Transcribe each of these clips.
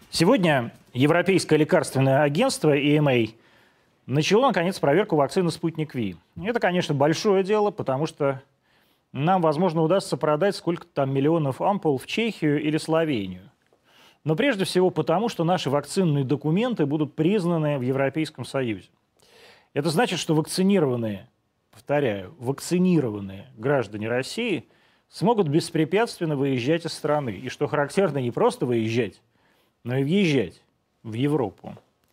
Сегодня Европейское лекарственное агентство EMA начало, наконец, проверку вакцины «Спутник Ви». Это, конечно, большое дело, потому что нам, возможно, удастся продать сколько-то там миллионов ампул в Чехию или Словению. Но прежде всего потому, что наши вакцинные документы будут признаны в Европейском Союзе. Это значит, что вакцинированные, повторяю, вакцинированные граждане России смогут беспрепятственно выезжать из страны. И что характерно, не просто выезжать, но и въезжать в Европу.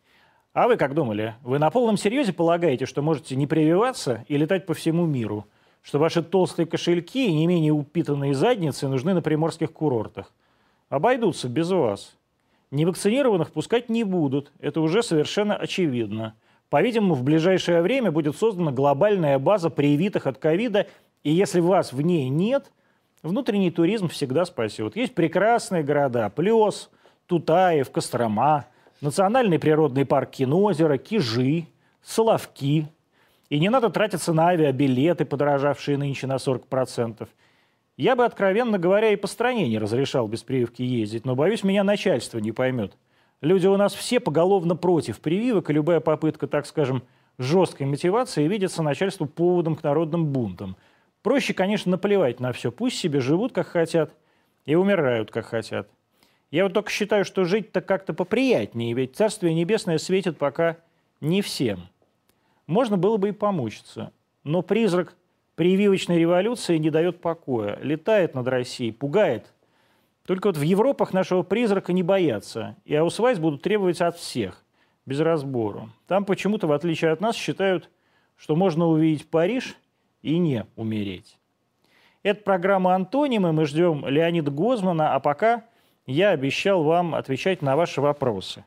А вы как думали? Вы на полном серьезе полагаете, что можете не прививаться и летать по всему миру? Что ваши толстые кошельки и не менее упитанные задницы нужны на приморских курортах? Обойдутся без вас. Невакцинированных пускать не будут. Это уже совершенно очевидно. По-видимому, в ближайшее время будет создана глобальная база привитых от ковида, и если вас в ней нет, внутренний туризм всегда спасет. Есть прекрасные города: Плёс, Тутаев, Кострома, Национальный природный парк Кинозеро, Кижи, Соловки. И не надо тратиться на авиабилеты, подорожавшие нынче на 40%. Я бы, откровенно говоря, и по стране не разрешал без прививки ездить, но, боюсь, меня начальство не поймет. Люди у нас все поголовно против прививок, и любая попытка, так скажем, жесткой мотивации видится начальству поводом к народным бунтам. Проще, конечно, наплевать на все. Пусть себе живут, как хотят, и умирают, как хотят. Я вот только считаю, что жить-то как-то поприятнее, ведь Царствие Небесное светит пока не всем. Можно было бы и помучиться, но призрак прививочной революции не дает покоя, летает над Россией, пугает. Только вот в Европах нашего призрака не боятся, и аусвайс будут требовать от всех, без разбору. Там почему-то, в отличие от нас, считают, что можно увидеть Париж и не умереть. Это программа «Антонимы», мы ждем Леонида Гозмана, а пока я обещал вам отвечать на ваши вопросы.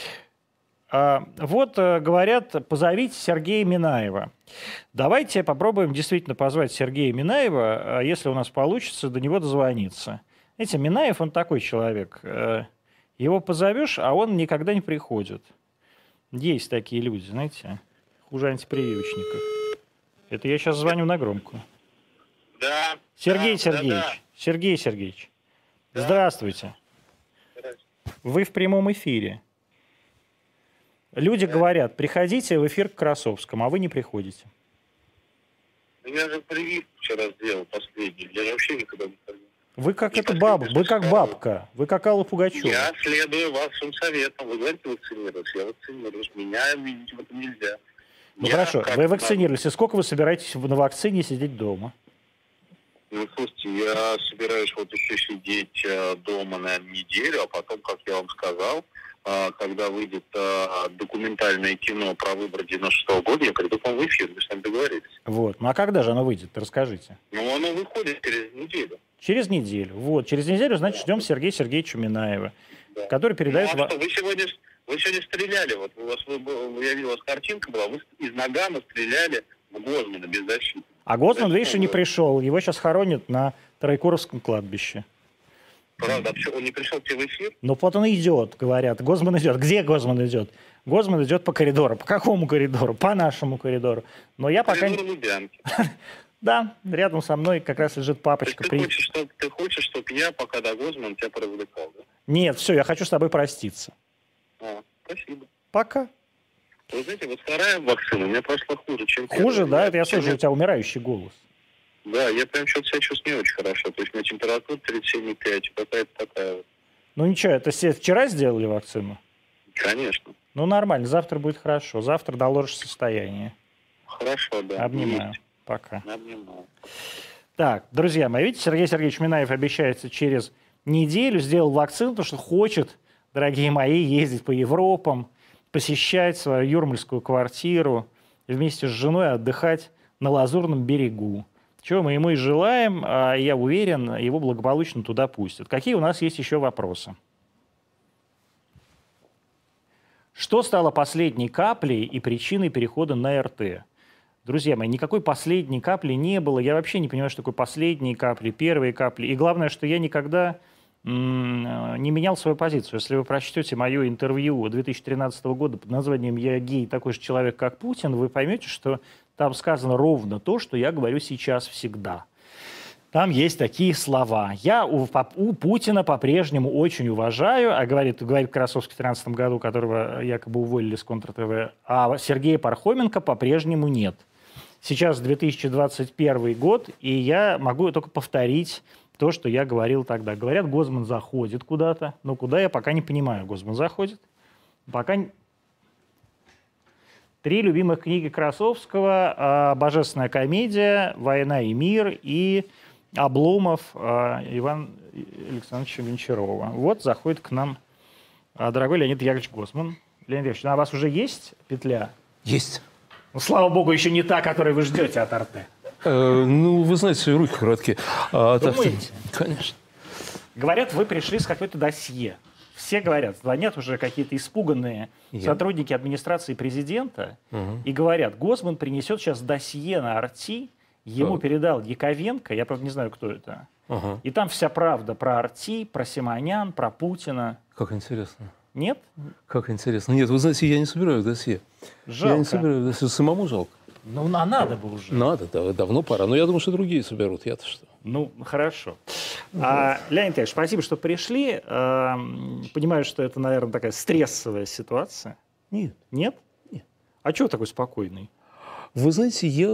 Вот говорят, позовите Сергея Минаева. Давайте попробуем действительно позвать Сергея Минаева, если у нас получится до него дозвониться. Знаете, Минаев, он такой человек. Его позовешь, а он никогда не приходит. Есть такие люди, знаете, хуже антипрививочников. Это я сейчас звоню на громкую. Да. Сергей Сергеевич. Да. Сергей Сергеевич. Да. Здравствуйте. Вы в прямом эфире. Люди говорят, приходите в эфир к Красовскому, а вы не приходите. Я же прививку вчера сделал последний. Я вообще никогда не ходил. Вы как это баба, вы как бабка, вы как Алла Пугачева. Я следую вашим советам. Вы говорите вакцинироваться, я вакцинируюсь. Меня видеть в этом нельзя. Ну хорошо, вы вакцинировались. И сколько вы собираетесь на вакцине сидеть дома? Ну, слушайте, я собираюсь вот еще сидеть дома на неделю, а потом, как я вам сказал, когда выйдет документальное кино про выборы 96-го года, я приду к вам в эфир, мы с вами договорились. Вот, ну а когда же оно выйдет, расскажите. Ну, оно выходит через неделю. Через неделю, вот, через неделю, значит, ждем Сергея Сергеевича Минаева, который передает... Ну, а что, вы сегодня стреляли, вот я видел, у вас картинка была, вы из Нагана стреляли в Гозмана без защиты. А Гозман, видишь, не пришел, его сейчас хоронят на Троекуровском кладбище. Правда, а почему он не пришел к тебе в эфир? Ну вот он идет, говорят. Гозман идет. Где Гозман идет? Гозман идет по коридору. По какому коридору? По нашему коридору. Но я пока... Лубянки. Да, рядом со мной как раз лежит папочка. Ты хочешь, чтобы я пока до Гозмана тебя провлекал, да? Нет, все, я хочу с тобой проститься. Спасибо. Пока. Вы знаете, вот вторая вакцина у меня прошла хуже, чем первая. Хуже, да? Это я слышу, у тебя умирающий голос. Да, я прям что-то себя чувствую не очень хорошо. То есть у меня температура 37,5, какая-то такая. Ну ничего, это вчера сделали вакцину? Конечно. Ну нормально, завтра будет хорошо. Завтра доложишь состояние. Хорошо, да. Обнимаю. Есть. Пока. Обнимаю. Так, друзья мои, видите, Сергей Сергеевич Минаев обещается через неделю сделал вакцину, потому что хочет, дорогие мои, ездить по Европам, посещать свою юрмальскую квартиру и вместе с женой отдыхать на Лазурном берегу. Чего мы ему и желаем, а я уверен, его благополучно туда пустят. Какие у нас есть еще вопросы? Что стало последней каплей и причиной перехода на РТ? Друзья мои, никакой последней капли не было. Я вообще не понимаю, что такое последние капли, первые капли. И главное, что я никогда не менял свою позицию. Если вы прочтете мое интервью 2013 года под названием «Я гей, такой же человек, как Путин», вы поймете, что там сказано ровно то, что я говорю сейчас всегда. Там есть такие слова. Я у Путина по-прежнему очень уважаю, а говорит Красовский в 2013 году, которого якобы уволили с Контр-ТВ, а Сергея Пархоменко по-прежнему нет. Сейчас 2021 год, и я могу только повторить то, что я говорил тогда. Говорят, Гозман заходит куда-то, но куда я пока не понимаю. Гозман заходит. Пока... 3 любимых книги Красовского: «Божественная комедия», «Война и мир» и Обломов Ивана Александровича Гончарова. Вот заходит к нам дорогой Леонид Яковлевич Гозман. Леонид Яковлевич, а у вас уже есть петля? Есть. Ну, слава богу, еще не та, которую вы ждете от Арте. Ну, вы знаете, руки короткие. Думаете? Конечно. Говорят, вы пришли с какой-то досье. Все говорят, звонят уже какие-то испуганные сотрудники администрации президента и говорят, Гозман принесет сейчас досье на Арти, ему передал Яковенко, я, правда, не знаю, кто это. И там вся правда про Арти, про Симонян, про Путина. Как интересно. Нет? Как интересно. Нет, вы знаете, я не собираю досье. Жалко. Я не собираю досье. Самому жалко. Ну, надо бы уже. Надо, да, давно пора. Но я думаю, что другие соберут. Я-то что? Ну, хорошо. Леонид Ильич, спасибо, что пришли. Понимаю, что это, наверное, такая стрессовая ситуация. Нет. Нет? Нет. А чего такой спокойный? Вы знаете, я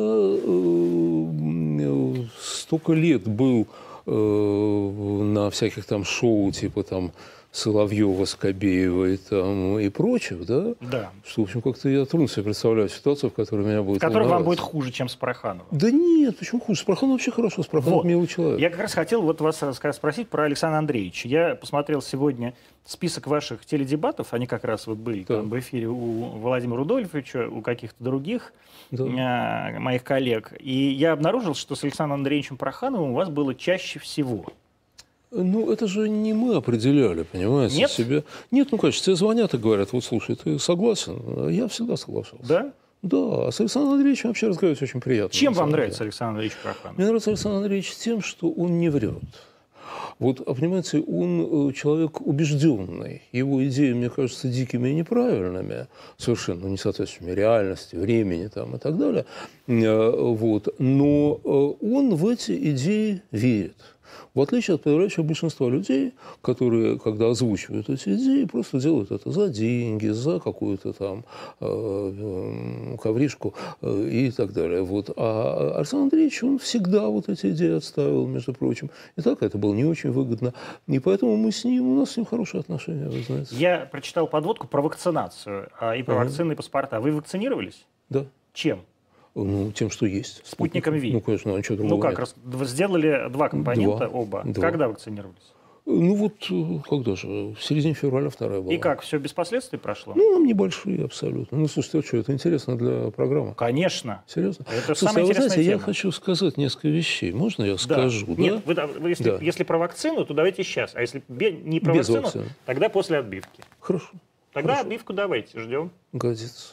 столько лет был на всяких там шоу, типа там Соловьева, Скобеева и прочих, да? Да. Что, в общем, как-то я трудно себе представляю ситуацию, в которой меня будет В которой вам будет хуже, чем с Порохановым. Да нет, почему хуже? С Порохановым вообще хорошо, с Порохановым милый человек. Я как раз хотел вот вас спросить про Александра Андреевича. Я посмотрел сегодня список ваших теледебатов, они как раз вот были там в эфире у Владимира Рудольфовича, у каких-то других моих коллег. И я обнаружил, что с Александром Андреевичем Порохановым у вас было чаще всего. Ну, это же не мы определяли, понимаете, Нет? себя. Нет, ну, конечно, тебе звонят и говорят, вот, слушай, ты согласен? Я всегда соглашался. Да? Да, а с Александром Андреевичем вообще разговаривать очень приятно. Чем вам нравится Александр Андреевич Пороханов? Мне нравится Александр Андреевич тем, что он не врет. Вот, понимаете, он человек убежденный. Его идеи, мне кажется, дикими и неправильными, совершенно не соответствующими реальности, времени там, и так далее. Вот. Но он в эти идеи верит. В отличие от подавляющего большинства людей, которые, когда озвучивают эти идеи, просто делают это за деньги, за какую-то там ковришку и так далее. Вот. А Александр Андреевич, он всегда вот эти идеи отставил, между прочим. И так это было не очень выгодно. И поэтому у нас с ним хорошие отношения, вы знаете. Я прочитал подводку про вакцинацию и про вакцинные паспорта. Вы вакцинировались? Да. Чем? Ну, тем, что есть. Спутником Ви. Ну, конечно, ничего другого Ну как, нет. сделали 2 компонента оба. Два. Когда вакцинировались? Ну вот, когда же? В середине февраля 2-я была. И как, все без последствий прошло? Ну, нам небольшие абсолютно. Ну, слушайте, а что, это интересно для программы? Конечно. Серьезно? Это слушайте, самая интересная знаете, тема. я хочу сказать несколько вещей. Можно я скажу? Да? Нет, вы, если про вакцину, то давайте сейчас. А если не про без вакцину, вакцины. тогда после отбивки. Хорошо. Тогда Хорошо. отбивку давайте, ждем. Годится.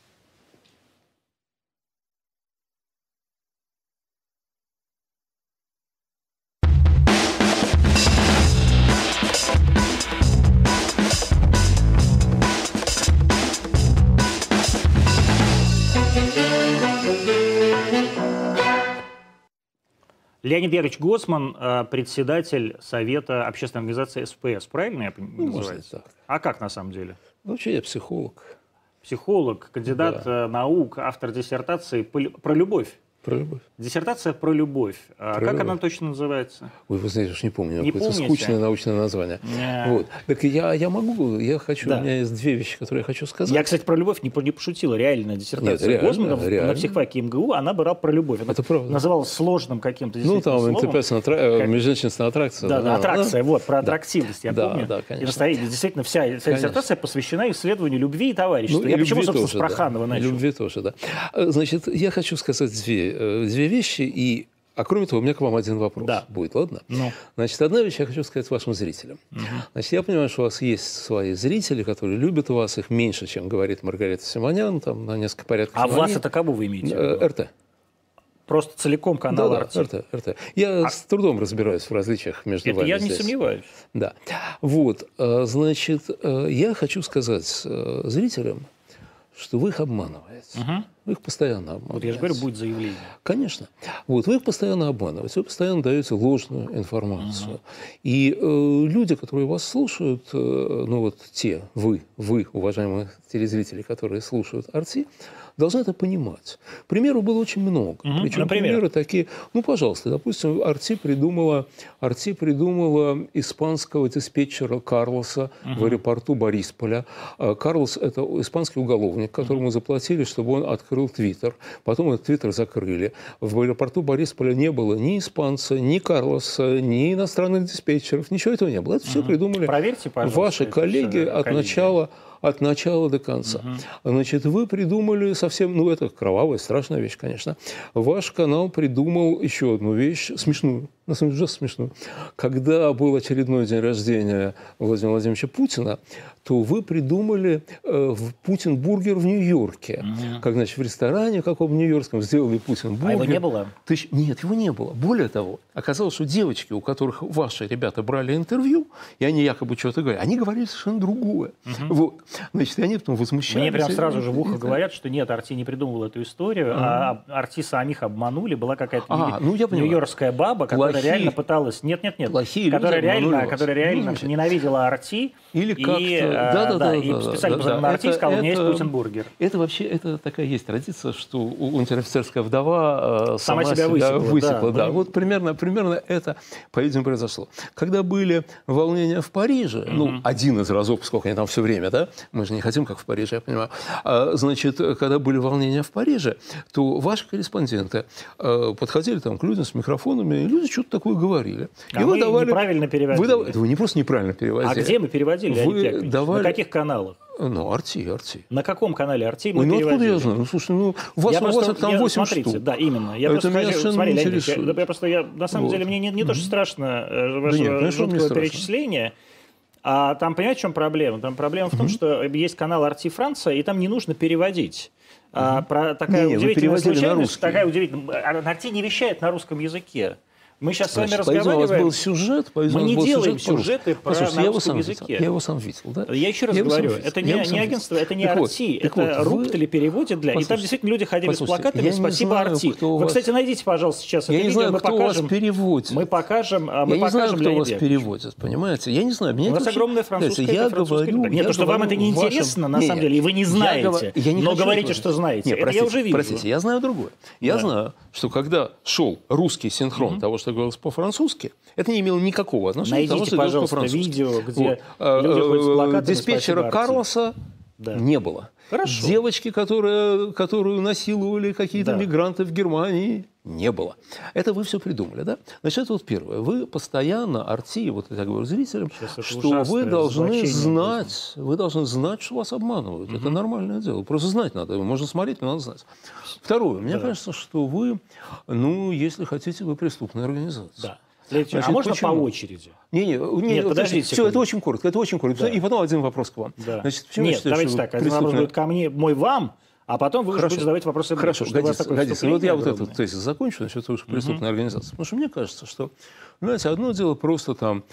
Леонид Яковлевич Гозман, председатель Совета общественной организации СПС. Правильно я понимаю? Можно так. А как на самом деле? Вообще я психолог. Психолог, кандидат наук, автор диссертации про любовь. Про любовь. Диссертация про любовь. Как она точно называется? Ой, вы знаете, уж не помню. Не какое-то помните? скучное научное название. Вот. Так я могу, я хочу, у меня есть 2 вещи, которые я хочу сказать. Я, кстати, про любовь не пошутила. Реально, диссертация Нет, Гозмана на психфаке МГУ, она была про любовь. Она это правда. называлась сложным каким-то Ну, там словом. интерпрессия, межличностная аттракция. Да, аттракция, вот, про аттрактивность, я помню. Да, И конечно. действительно, вся диссертация посвящена исследованию любви и товарищества. Ну, Я и почему, любви собственно, тоже, с Пороханова начал? Любви тоже, да. Значит, я хочу сказать 2 вещи, а кроме того, у меня к вам один вопрос будет, ладно? Ну. Значит, одна вещь я хочу сказать вашим зрителям. Значит, я понимаю, что у вас есть свои зрители, которые любят вас, их меньше, чем говорит Маргарита Симонян, там на несколько порядков. А вас это кого вы имеете в виду? РТ. Просто целиком канал РТ. Я с трудом разбираюсь в различиях между это вами я не здесь. сомневаюсь. Да. Вот, значит, я хочу сказать зрителям, что вы их обманываете. Вы их постоянно обманываете. Вот я же говорю, будет заявление. Конечно. Вот, вы их постоянно обманываете, вы постоянно даете ложную информацию. И люди, которые вас слушают, ну вот вы, уважаемые телезрители, которые слушают «Арти», должны это понимать. Примеров было очень много. Причем например? примеры такие, ну, пожалуйста, допустим, «Арти» придумала испанского диспетчера Карлоса в аэропорту Борисполя. Карлос – это испанский уголовник, которому заплатили, чтобы он открыл Твиттер. Потом этот Твиттер закрыли. В аэропорту Борисполя не было ни испанца, ни Карлоса, ни иностранных диспетчеров. Ничего этого не было. Это все придумали Проверьте, пожалуйста, ваши коллеги от начала до конца. Значит, вы придумали совсем, ну, это кровавая, страшная вещь, конечно. Ваш канал придумал еще одну вещь, смешную, на самом деле, ужасно смешную. Когда был очередной день рождения Владимира Владимировича Путина, то вы придумали Путин-бургер в Нью-Йорке. Как, значит, в ресторане каком нью-йоркском сделали Путин-бургер. А его не было? Нет, его не было. Более того, оказалось, что девочки, у которых ваши ребята брали интервью, и они якобы что-то говорили, они говорили совершенно другое. Вот. Значит, и они потом возмущались. Мне прям сразу же в ухо говорят, что нет, Арти не придумывал эту историю, а Арти самих обманули. Была какая-то нью-йоркская баба, которая реально пыталась... Нет. Которая реально ненавидела Арти. Или как-то... И специально позвонила на Арти и сказала, у меня есть Путин-бургер. Это вообще, это такая есть традиция, что унтер-офицерская вдова сама себя высекла. Да. Вот примерно это, по-видимому, произошло. Когда были волнения в Париже, ну, один из разов, поскольку они там все время, да, мы же не хотим, как в Париже, я понимаю. Значит, когда были волнения в Париже, то ваши корреспонденты подходили там к людям с микрофонами, и люди что-то такое говорили. И вы неправильно переводили. Вы не просто неправильно переводили. А где мы переводили, Леонид Яковлевич? На каких каналах? Ну, Арти. На каком канале Арти мы переводили? Откуда я знаю? Ну, слушай, у вас там 8 смотрите, штук. Да, именно. Я это просто меня смотри, не Леонид, на самом деле, мне не то, что страшно вашего жуткого перечисления, а там, понимаете, в чем проблема? Там проблема в том, что есть канал Арти Франция, и там не нужно переводить. Такая удивительная случайность. Арти не вещает на русском языке. Мы сейчас с вами разговариваем. У вас был сюжет, мы не делаем сюжеты на русском языке. Я его сам видел, да? Я еще раз говорю, это не агентство, это не Арти, это Руптали переводит для... И там действительно люди ходили с плакатами «Спасибо, Арти». Вы, кстати, найдите, пожалуйста, сейчас это видео, мы покажем. Мы покажем, я не знаю, кто вас переводит, понимаете? Я не знаю. У вас огромная французская. Нет, потому что вам это не интересно, на самом деле, и вы не знаете, но говорите, что знаете. Это я уже вижу. Простите, я знаю другое. Я знаю, что когда шел русский синхрон того, что говорилось по-французски, это не имело никакого отношения к тому, что говорилось по-французски. Видео, где люди ходят с плакатами диспетчера Карлоса не было. Хорошо. Девочки, которую насиловали какие-то мигранты в Германии, не было. Это вы все придумали, да? Значит, это вот первое. Вы постоянно, Арти, вот я говорю зрителям, что вы должны знать, что вас обманывают. Это нормальное дело. Просто знать надо. Можно смотреть, но надо знать. Второе. Мне кажется, что вы, если хотите, вы преступная организация. Да. Значит, можно почему? По очереди? Нет, подождите. Все, это очень коротко. Да. И потом один вопрос к вам. Да. Значит, давайте так. Один вопрос будет ко мне, мой вам, а потом вы уже будете задавать вопросы. Хорошо, годится. Вот я вот этот тезис закончу, значит, это уже преступная организация. Потому что мне кажется, что, знаете, одно дело просто там,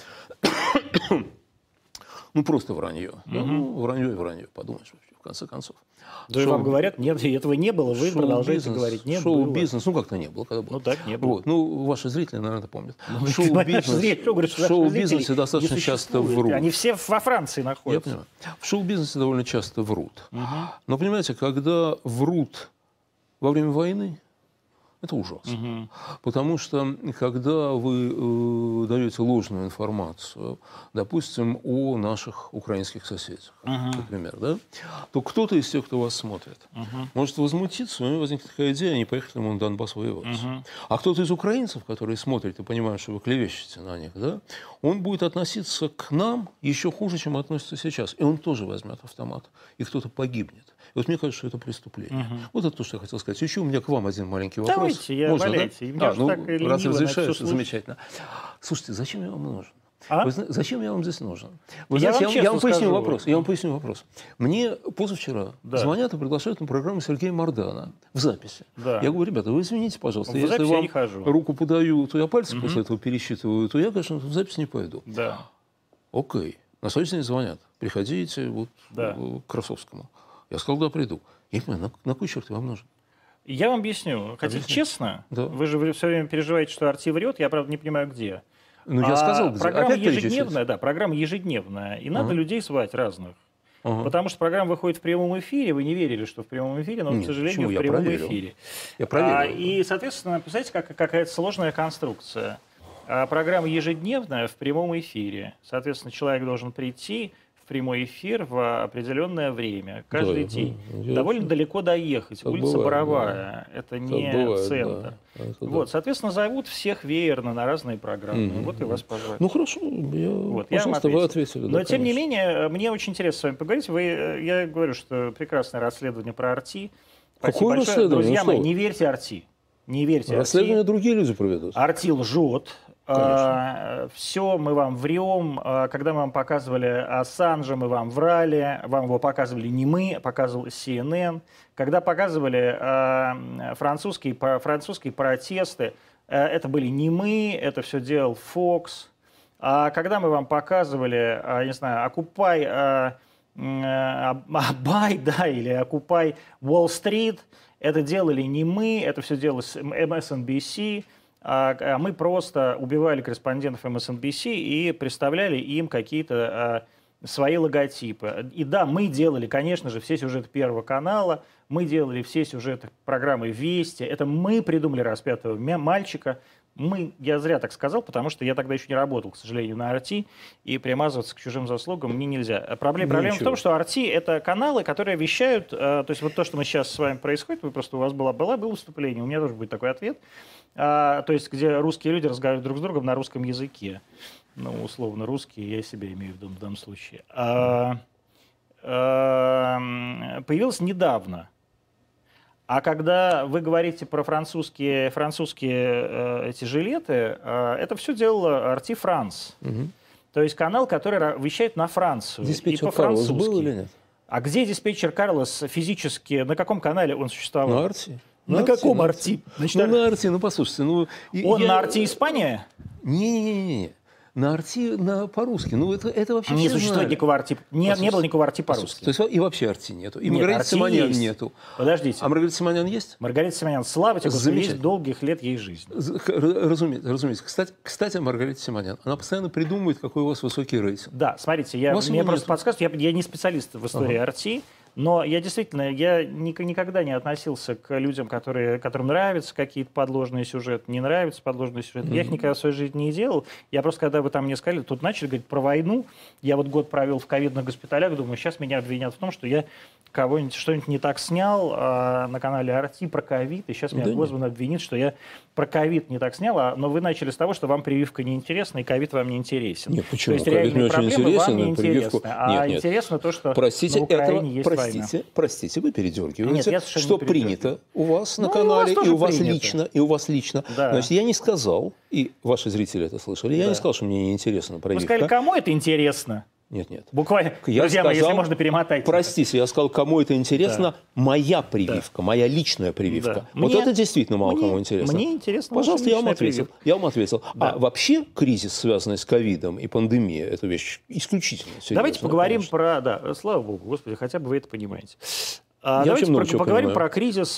просто вранье. Вранье, подумаешь, в конце концов. Да и вам говорят, нет, этого не было, вы продолжаете говорить, не было. Шоу-бизнес, как-то не было, когда было. Так, не было. Ваши зрители, наверное, это помнят. В шоу-бизнесе достаточно часто врут. Они все во Франции находятся. Я понимаю. В шоу-бизнесе довольно часто врут. Но, понимаете, когда врут во время войны, это ужасно. Потому что, когда вы даете ложную информацию, допустим, о наших украинских соседях, например, да, то кто-то из тех, кто вас смотрит, может возмутиться, у него возникнет такая идея, они поехали ему на Донбасс воевать. А кто-то из украинцев, которые смотрят и понимают, что вы клевещете на них, да, он будет относиться к нам еще хуже, чем относится сейчас. И он тоже возьмет автомат, и кто-то погибнет. И вот мне кажется, что это преступление. Вот это то, что я хотел сказать. Еще у меня к вам один маленький вопрос. Давайте, валяйте. Да? Раз разрешается, замечательно. Слушайте, зачем я вам нужен? Зачем я вам здесь нужен? Вы знаете, я вам поясню вопрос. Мне позавчера звонят и приглашают на программу Сергея Мардана в записи. Я говорю, ребята, вы извините, пожалуйста, если вам руку подаю, то я пальцы после этого пересчитываю, то я, конечно, в запись не пойду. Окей. На следующий день звонят. Приходите к Красовскому. Я сказал, да, приду. Я не понимаю, на кой черт я вам нужен? Я вам объясню. Хотите Объясните. честно? Да. Вы же все время переживаете, что Арти врет. Я, правда, не понимаю, где. Ну, я сказал, где. Программа Опять перечислить? ежедневная, да, программа ежедневная. И надо людей звать разных. Ага. Потому что программа выходит в прямом эфире. Вы не верили, что в прямом эфире, но, Нет, к сожалению, почему? в Я прямом проверил. эфире. Я проверил. И, соответственно, представляете, какая-то сложная конструкция. Программа ежедневная в прямом эфире. Соответственно, человек должен прийти в прямой эфир в определенное время, каждый день. Довольно далеко доехать. Так Улица бывает, Боровая. Это не бывает, центр. да. Это Вот, да. соответственно, зовут всех веерно на разные программы. Вот и вас позвали. Ну хорошо, пожалуйста, вы ответили. Но, да, тем не конечно. менее, мне очень интересно с вами поговорить. Я говорю, что прекрасное расследование про Арти. Спасибо Какое большое. расследование? Друзья Ну, мои, что вы? не верьте Арти. Не верьте Расследование Арти. другие люди проведут. Арти лжет. Конечно. Все, мы вам врем. Когда мы вам показывали Ассанжа, мы вам врали. Вам его показывали не мы, показывал CNN. Когда показывали французские протесты, это были не мы, это все делал Fox. А когда мы вам показывали, не знаю, Окупай Абай, да, или Окупай Уолл-стрит, это делали не мы, это все делал MSNBC. А мы просто убивали корреспондентов MSNBC и представляли им какие-то свои логотипы. И да, мы делали, конечно же, все сюжеты Первого канала, мы делали все сюжеты программы «Вести». Это мы придумали «Распятого мальчика». Я зря так сказал, потому что я тогда еще не работал, к сожалению, на RT, и примазываться к чужим заслугам мне нельзя. Проблема в том, что RT — это каналы, которые вещают, то есть вот то, что мы сейчас с вами происходит, у вас было выступление, у меня тоже будет такой ответ, то есть где русские люди разговаривают друг с другом на русском языке. Ну, условно, русские, я себя имею в виду в данном случае. Появилось недавно. А когда вы говорите про французские эти жилеты, это все делал RT France. То есть канал, который вещает на Францию. Диспетчер и Карлос по-французски. был или нет? А где диспетчер Карлос физически, на каком канале он существовал? На Арти. На каком RT? Значит, на Арти, послушайте. он на RT Испания? Не. На Арти по-русски. Это вообще Не все существует знали. никакого RT. Не было никакого RT по-русски. То есть и вообще Арти нету. И Нет, Маргариты RT Симонян есть. нету. Подождите. А Маргарита Симонян есть? Маргарита Симонян, слава тебе, Господи, есть Замечательно. долгих лет ей жизни. Разумеется. Кстати, Маргарита Симонян. Она постоянно придумывает, какой у вас высокий рейтинг. Да, смотрите, У вас мне его просто нету. подсказывают, я не специалист в истории RT, но я действительно, никогда не относился к людям, которым нравятся какие-то подложные сюжеты, не нравятся подложные сюжеты. Я их никогда в своей жизни не делал. Я просто, когда вы там мне сказали, тут начали говорить про войну, я вот год провел в ковидных госпиталях, думаю, сейчас меня обвинят в том, что я что-нибудь не так снял на канале RT про ковид, и сейчас меня Госман обвинит, что я про ковид не так снял, но вы начали с того, что вам прививка не интересна, и ковид вам не интересен. Нет, почему? То есть реальные Ковид мне очень проблемы вам не интересен, прививку- интересны, а Нет. интересно то, что Простите, на Украине есть война. простите, вы передергиваете. Нет, я совершенно что не передергиваю. принято у вас на Ну, канале, и у вас тоже и у вас лично. Да. Значит, я не сказал, и ваши зрители это слышали, я не сказал, что мне не интересна Вы прививка. сказали, кому это интересно? Нет. Буквально, Я друзья мои, если сказал, можно, перемотайте. Простите, я сказал, кому это интересно, моя прививка, моя личная прививка. Да. Вот Мне- это действительно мало мне- кому интересно. мне интересно Пожалуйста, ваша я вам личная ответил. прививка. Я вам ответил. Да. А вообще кризис, связанный с ковидом и пандемией, это вещь исключительно серьезная. Давайте поговорим конечно. слава богу, Господи, хотя бы вы это понимаете. вообще Давайте много чего поговорим понимаю. про кризис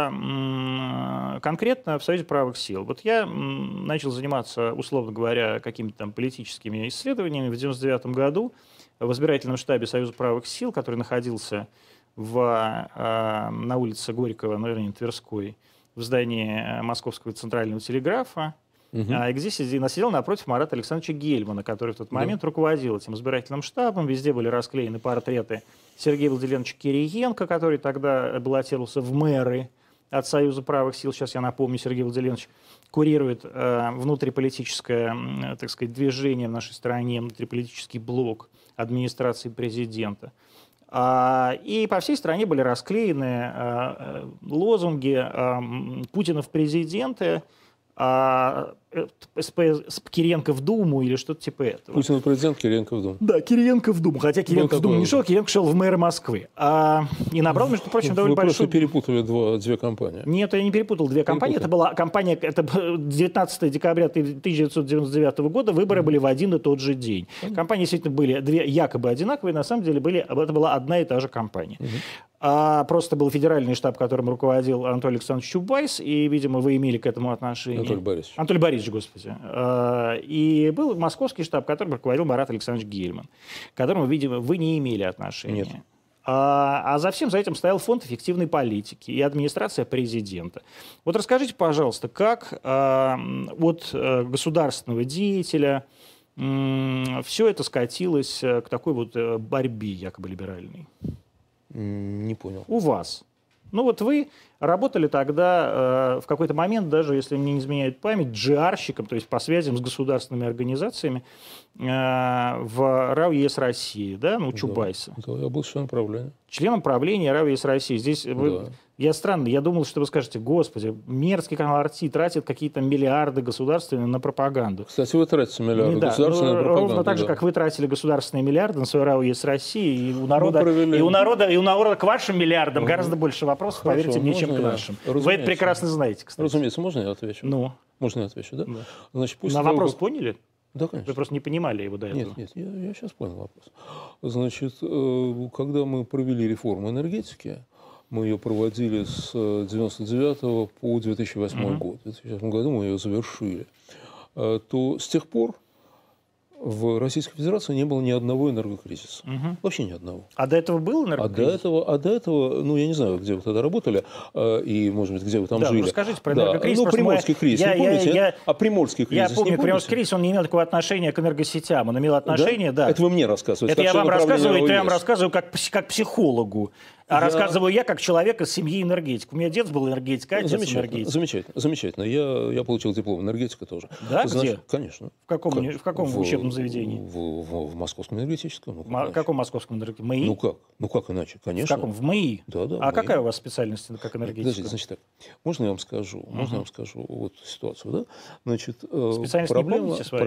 конкретно в Союзе правых сил. Вот я начал заниматься, условно говоря, какими-то там политическими исследованиями в 1999 году в избирательном штабе Союза правых сил, который находился на улице Горького, наверное, Тверской, в здании Московского центрального телеграфа, где сидел напротив Марата Александровича Гельмана, который в тот момент руководил этим избирательным штабом. Везде были расклеены портреты Сергея Владимировича Кириенко, который тогда баллотировался в мэры от Союза правых сил. Сейчас я напомню, Сергей Владимирович курирует внутриполитическое, так сказать, движение в нашей стране, внутриполитический блок администрации президента. И по всей стране были расклеены лозунги «Путина в президенты», Кириенко в Думу или что-то типа этого. Путин президент, Кириенко в Думу. Да, Кириенко в Думу. Хотя Кириенко в Думу не шел, Кириенко шел в мэры Москвы. И набрал, между прочим, довольно большую... Вы просто перепутали две компании. Нет, я не перепутал две компании. Это была компания, это 19 декабря 1999 года, выборы были в один и тот же день. Компании действительно были две якобы одинаковые, на самом деле это была одна и та же компания. Просто был федеральный штаб, которым руководил Анатолий Александрович Чубайс, и, видимо, вы имели к этому отношение. Анатолий Борисович, господи. И был московский штаб, которым руководил Марат Александрович Гельман, к которому, видимо, вы не имели отношения. Нет. А за всем за этим стоял фонд эффективной политики и администрация президента. Вот расскажите, пожалуйста, как от государственного деятеля все это скатилось к такой вот борьбе якобы либеральной? Не понял. У вас. Ну вот вы работали тогда в какой-то момент, даже если мне не изменяет память, джиарщиком, то есть по связям с государственными организациями в РАО ЕС России, да, ну, Чубайса. Да, я был членом правления. Членом правления РАО ЕС России. Здесь я странно, я думал, что вы скажете, господи, мерзкий канал РТ тратит какие-то миллиарды государственные на пропаганду. Кстати, вы тратите миллиарды государственной на пропаганду. Ровно так же, как вы тратили государственные миллиарды на свой РАО ЕС России, и у народа к вашим миллиардам гораздо больше вопросов, поверьте мне, чем к нашим. Вы это прекрасно знаете, кстати. Разумеется, можно я отвечу? Ну. Можно я отвечу, да? Значит, на вопрос поняли? Да, конечно. Вы просто не понимали его до этого. Нет, я сейчас понял вопрос. Значит, когда мы провели реформу энергетики, мы ее проводили с 1999 по 2008 год. В 2008 году мы ее завершили. То с тех пор в Российской Федерации не было ни одного энергокризиса. Вообще ни одного. А до этого был энергокризис? А до этого, ну, я не знаю, где вы тогда работали, и, может быть, где вы там жили. Расскажите про энергокризис. Ну, Приморский кризис, вы помните? Приморский кризис, я помню, Приморский кризис, он не имел такого отношения к энергосетям. Он имел отношение, да. Это вы мне рассказываете. Это я вам рассказываю как психологу. А рассказываю я как человек из семьи энергетика. У меня дед был энергетик, а отец энергетик. Замечательно. Я получил диплом энергетика тоже. Да? Где? Конечно. В каком учебном заведении? В Московском энергетическом. В каком московском энергетическом? МАИ? Ну как иначе? Конечно. В каком? В МАИ? Да. А какая у вас специальность как энергетика? Подождите, значит так. Можно я вам скажу? Вот ситуацию, да? Значит, специальность не помните свою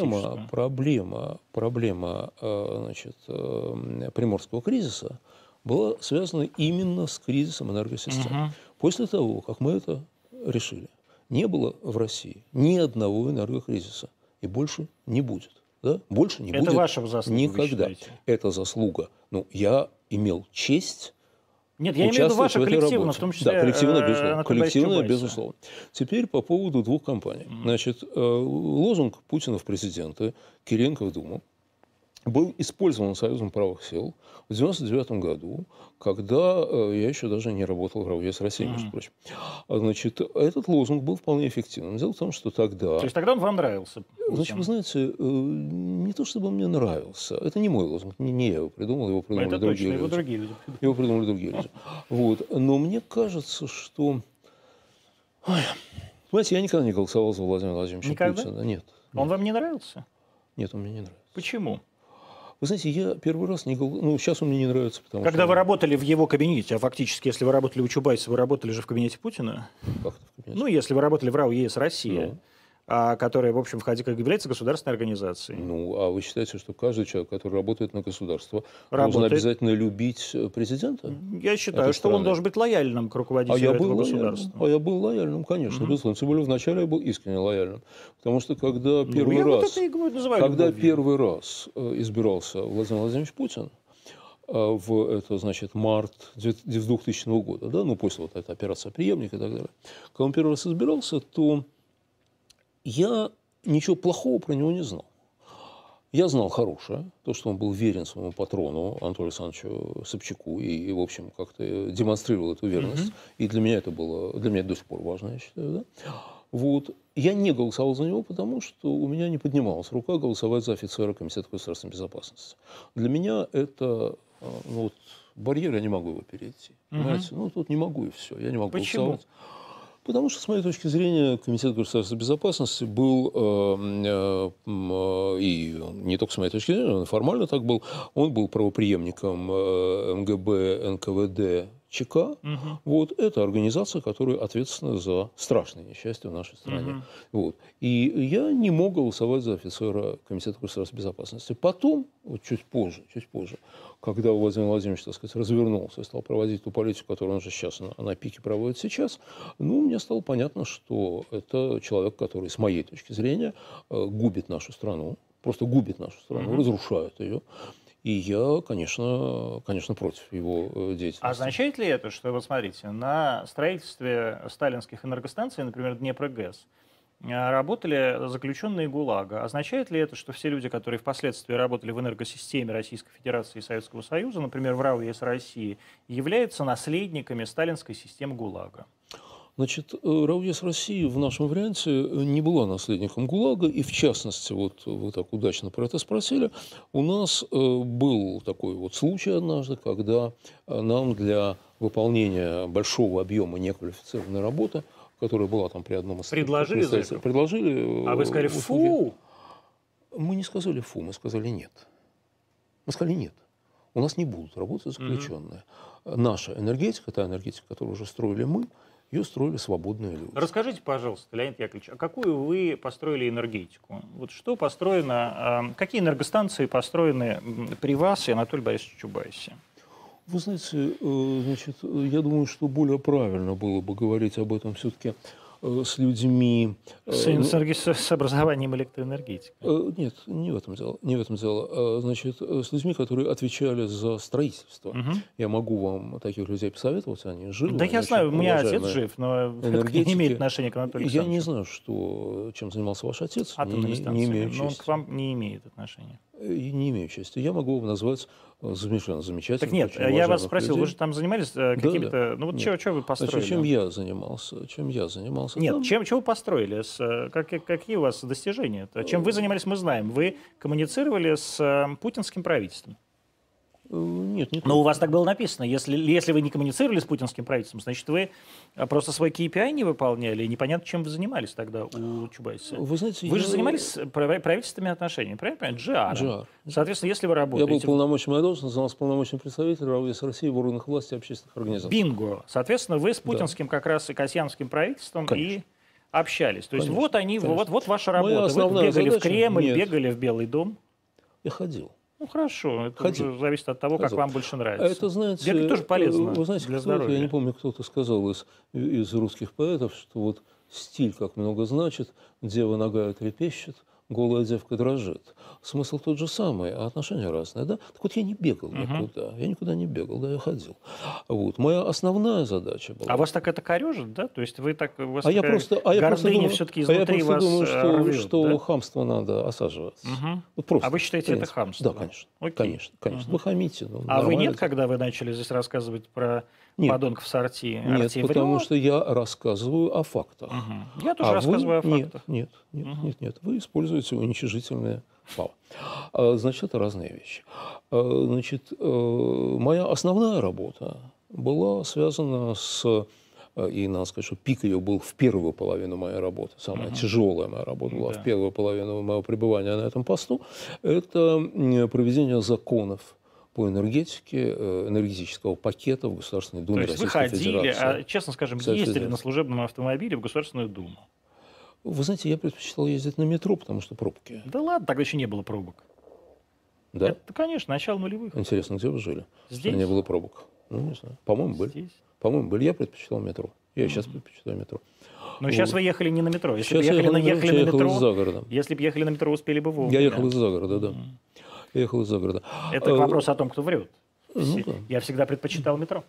проблема значит, Приморского кризиса была связана именно с кризисом энергосистем. После того, как мы это решили, не было в России ни одного энергокризиса. И больше не будет. Да? Больше не будет. Это ваша заслуга, никогда. Это заслуга. Ну, я имел честь я имею в виду ваша коллективно, в том числе. Да, коллективно, безусловно. Теперь по поводу двух компаний. Значит, лозунг Путина в президенты, Кириенко в Думу, был использован Союзом правых сил в 1999 году, когда я еще даже не работал в РАО ЕС России, между прочим. Значит, этот лозунг был вполне эффективным. Дело в том, что тогда... То есть тогда он вам нравился? Значит, вы знаете, не то чтобы он мне нравился. Это не мой лозунг, не я его придумал, его придумали другие люди. Его придумали другие люди. Вот. Но мне кажется, что... Понимаете, я никогда не голосовал за Владимира Владимировича Путина. Нет. Он вам не нравился? Нет, он мне не нравится. Почему? Вы знаете, я первый раз не голосовал. Ну, сейчас он мне не нравится, потому Когда вы работали в его кабинете, а фактически, если вы работали у Чубайса, вы работали же в кабинете Путина? Как это в кабинете? Ну, если вы работали в РАО ЕС Россия, которая, в общем, является государственной организацией. Ну, а вы считаете, что каждый человек, который работает на государство, должен обязательно любить президента? Я считаю, что он должен быть лояльным к руководителю этого государства. А я был лояльным, конечно, безусловно. Тем более вначале я был искренне лояльным. Потому что когда первый раз избирался Владимир Владимирович Путин, значит, март 2000 года, да, ну, после вот этой операции «Преемник» и так далее, когда он первый раз избирался, то я ничего плохого про него не знал. Я знал хорошее, то, что он был верен своему патрону Анатолию Александровичу Собчаку и в общем, как-то демонстрировал эту верность. И для меня это до сих пор важно, я считаю. Да? Вот. Я не голосовал за него, потому что у меня не поднималась рука голосовать за офицера Комитета государственной безопасности. Для меня это барьер, я не могу его перейти. Понимаете? Ну, тут не могу, и все. Я не могу голосовать. Потому что, с моей точки зрения, Комитет государственной безопасности был, и не только с моей точки зрения, он формально так был, он был правопреемником МГБ, НКВД ЧК. Вот, это организация, которая ответственна за страшные несчастья в нашей стране. Вот. И я не мог голосовать за офицера Комитета государственной безопасности. Потом, вот чуть позже, когда Владимир Владимирович, так сказать, развернулся и стал проводить ту политику, которую он же сейчас на пике проводит сейчас, мне стало понятно, что это человек, который, с моей точки зрения, губит нашу страну, просто губит нашу страну, разрушает ее. И я, конечно, против его деятельности. Означает ли это, что, вот смотрите, на строительстве сталинских энергостанций, например, Днепрогэс, работали заключенные ГУЛАГа? Означает ли это, что все люди, которые впоследствии работали в энергосистеме Российской Федерации и Советского Союза, например, в РАО ЕС России, являются наследниками сталинской системы ГУЛАГа? Значит, РАО ЕС России в нашем варианте не была наследником ГУЛАГа, и в частности, вот вы так удачно про это спросили, у нас был такой вот случай однажды, когда нам для выполнения большого объема неквалифицированной работы, которая была там при одном из... Предложили. А вы сказали «фу»? Мы не сказали «фу», мы сказали «нет». Мы сказали «нет». У нас не будут работать заключенные. Наша энергетика, та энергетика, которую уже строили мы, ее строили свободные люди. Расскажите, пожалуйста, Леонид Яковлевич, а какую вы построили энергетику? Вот что построено, какие энергостанции построены при вас и Анатолии Борисовиче Чубайсе? Вы знаете, значит, я думаю, что более правильно было бы говорить об этом все-таки с людьми... С образованием электроэнергетики. Нет, не в этом дело. Значит, с людьми, которые отвечали за строительство. Я могу вам таких людей посоветовать, они живы. Да я знаю, у меня отец жив, но это не имеет отношения к Анатолию Александровичу. Я не знаю, чем занимался ваш отец. Атомными станциями, но он к вам не имеет отношения. Не имею чести. Я могу вам назвать замечательных. Так нет, я вас спросил, людей. Вы же там занимались какими-то... Ну вот что вы построили? Значит, чем я занимался? Нет, там? чем вы построили? Какие у вас достижения? Чем вы занимались, мы знаем. Вы коммуницировали с путинским правительством. Нет. Но у вас так было написано. Если вы не коммуницировали с путинским правительством, значит, вы просто свой KPI не выполняли, и непонятно, чем вы занимались тогда у Чубайса. Вы знаете, вы же занимались правительственными отношениями, правильно? GR. Соответственно, если вы работаете... Я был полномочным, занимался полномочным представителем РАО ЕС России в органах власти и общественных организаций. Бинго. Соответственно, вы с путинским как раз и касьяновским правительством и общались. То есть вот они, вот ваша работа. Вы бегали в Кремль, бегали в Белый дом. Я ходил. Ну хорошо, это уже зависит от того, как вам больше нравится. Это, знаете, бегать тоже полезно вы знаете, для здоровья. Я не помню, кто-то сказал из русских поэтов, что вот стиль как много значит, дева нагая трепещет, голая девка дрожит. Смысл тот же самый, а отношения разные, да? Так вот я не бегал никуда, я никуда не бегал, да, я ходил. Вот. Моя основная задача была... А вас так это корежит, да? То есть вы так... У вас гордыня все-таки изнутри вас думаю, что да? хамство надо осаживаться. Вот просто, а вы считаете это хамство? Да, конечно. Вы хамите. Вы нет, когда вы начали здесь рассказывать про подонков с Арти? Нет, потому что я рассказываю о фактах. Я тоже рассказываю о фактах. Нет. Вы используете уничижительные слова. Значит, это разные вещи. Значит, моя основная работа была связана с... И надо сказать, что пик ее был в первую половину моей работы. Самая тяжелая моя работа была в первую половину моего пребывания на этом посту. Это проведение законов по энергетике, энергетического пакета в Государственной Думе Российской Федерации. То есть вы ходили, честно скажем, ездили на служебном автомобиле в Государственную Думу? Вы знаете, я предпочитал ездить на метро, потому что пробки. Да ладно, тогда еще не было пробок. Да? Это, конечно, начало нулевых. Интересно, где вы жили? Здесь? Не было пробок. Ну, не знаю. По-моему, были. Здесь? По-моему, были. Я предпочитал метро. Я сейчас предпочитаю метро. Но сейчас вы ехали не на метро. Если бы ехали на метро, из-за города. Если бы ехали на метро, успели бы вовремя. Я ехал из-за города, да. Я ехал из-за города. Это вопрос о том, кто врет. Ну, да. Я всегда предпочитал метро.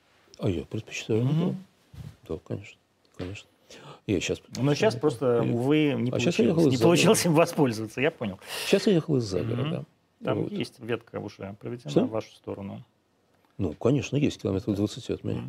А я предпочитаю метро. Да, конечно. Я сейчас но сейчас просто, увы, не получилось им воспользоваться, я понял. Сейчас я ехал из-за города. Там есть ветка уже проведена в вашу сторону. Ну, конечно, есть километров 20 от меня.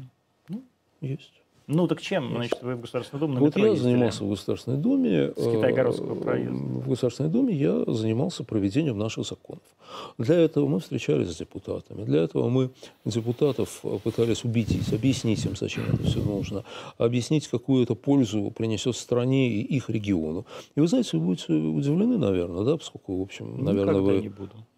Есть. Ну, так чем, значит, вы в Государственной Думе на Вот метро я занимался в Государственной Думе. С Китайгородского проезда. В Государственной Думе я занимался проведением наших законов. Для этого мы встречались с депутатами. Для этого мы депутатов пытались убедить, объяснить им, зачем это все нужно, объяснить, какую это пользу принесет стране и их региону. И вы знаете, вы будете удивлены, наверное, да, поскольку, в общем, наверное, Никогда вы... не буду.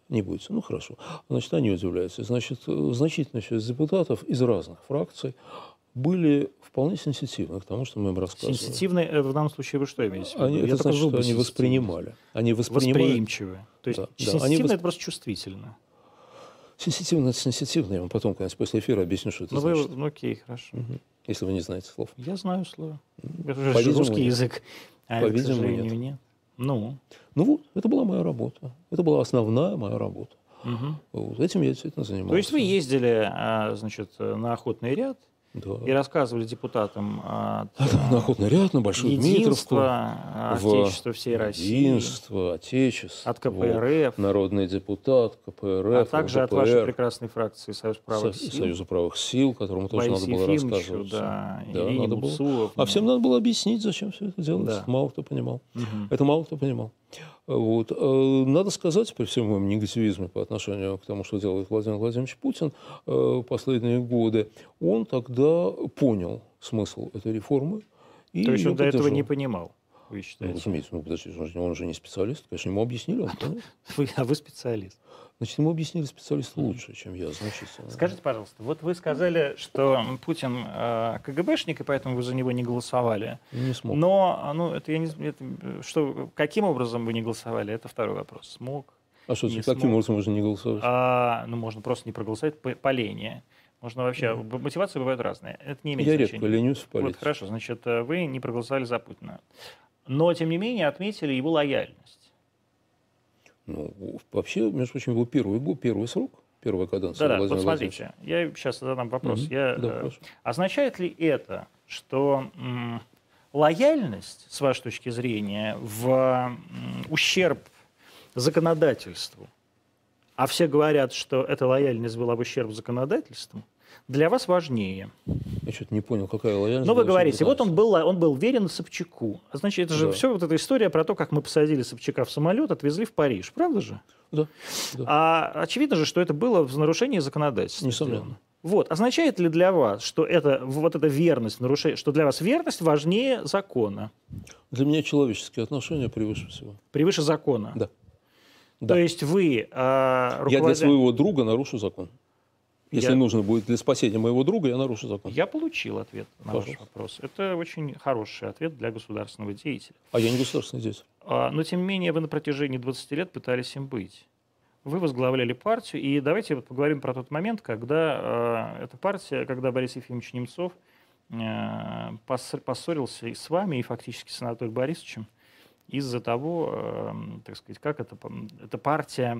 Не боится. Ну, хорошо. Значит, они удивляются. Значит, значительная часть депутатов из разных фракций были вполне сенситивны к тому, что мы им рассказывали. Сенситивные, в данном случае, вы что имеете в виду? Это значит, что они воспринимали. Они воспринимали... Восприимчивые. То есть да, сенситивно это просто чувствительно. Сенситивно это сенситивно. Я вам потом, конечно, после эфира объясню, что это значит. Ну, окей, хорошо. Угу. Если вы не знаете слов. Я знаю слова. Это же русский язык. А это, к сожалению, нет. Ну вот, это была моя работа. Это была основная моя работа. Угу. Вот, этим я действительно занимался. То есть вы ездили, значит, на охотный ряд, да, и рассказывали депутатам на охотный ряд, на Большую Дмитровку, Отечества всей России, единство, Отечество, от КПРФ, народный депутат, КПРФ, а также от вашей прекрасной фракции Союз правых сил, Союза правых сил, которому тоже надо было рассказывать. Да, надо Бутсуев, было. А всем надо было объяснить, зачем все это делается. Да. Мало кто понимал. Угу. Это мало кто понимал. Вот. Надо сказать, при всем моем негативизме по отношению к тому, что делает Владимир Владимирович Путин последние годы, он тогда понял смысл этой реформы. И то есть он до этого не понимал, вы считаете? Ну, разумеется, подождите, он же не специалист. Конечно, ему объяснили, он понял. А вы специалист. Значит, ему объяснили специалисты лучше, чем я, значительно. Скажите, пожалуйста, вот вы сказали, что Путин КГБшник, и поэтому вы за него не голосовали. Не смог. Но это я не, каким образом вы не голосовали? Это второй вопрос. Смог? А что, каким образом можно не голосовать? Можно просто не проголосовать по лени. Можно вообще, мотивации бывают разные. Это не имеет значения. Я редко ленюсь в политике. Вот, хорошо, значит, вы не проголосовали за Путина. Но, тем не менее, отметили его лояльность. Ну, вообще, между прочим, его первый срок, первая каденция. Да, вот смотрите, я сейчас задам вопрос. Означает ли это, что лояльность, с вашей точки зрения, в ущерб законодательству, а все говорят, что эта лояльность была в ущерб законодательству, для вас важнее? Я что-то не понял, какая лояльность. Но вы говорите, вот он был верен Собчаку. Значит, это же все вот эта история про то, как мы посадили Собчака в самолет, отвезли в Париж. Правда же? Да. А очевидно же, что это было в нарушении законодательства. Несомненно. Вот. Означает ли для вас, что эта верность, что для вас верность важнее закона? Для меня человеческие отношения превыше всего. Превыше закона? Да. То есть вы... Я для своего друга нарушу закон. Если нужно будет для спасения моего друга, я нарушу закон. Я получил ответ на ваш вопрос. Это очень хороший ответ для государственного деятеля. А я не государственный деятель. Но, тем не менее, вы на протяжении 20 лет пытались им быть. Вы возглавляли партию. И давайте поговорим про тот момент, когда эта партия, когда Борис Ефимович Немцов поссорился и с вами, и фактически с Анатолием Борисовичем из-за того, так сказать, как эта партия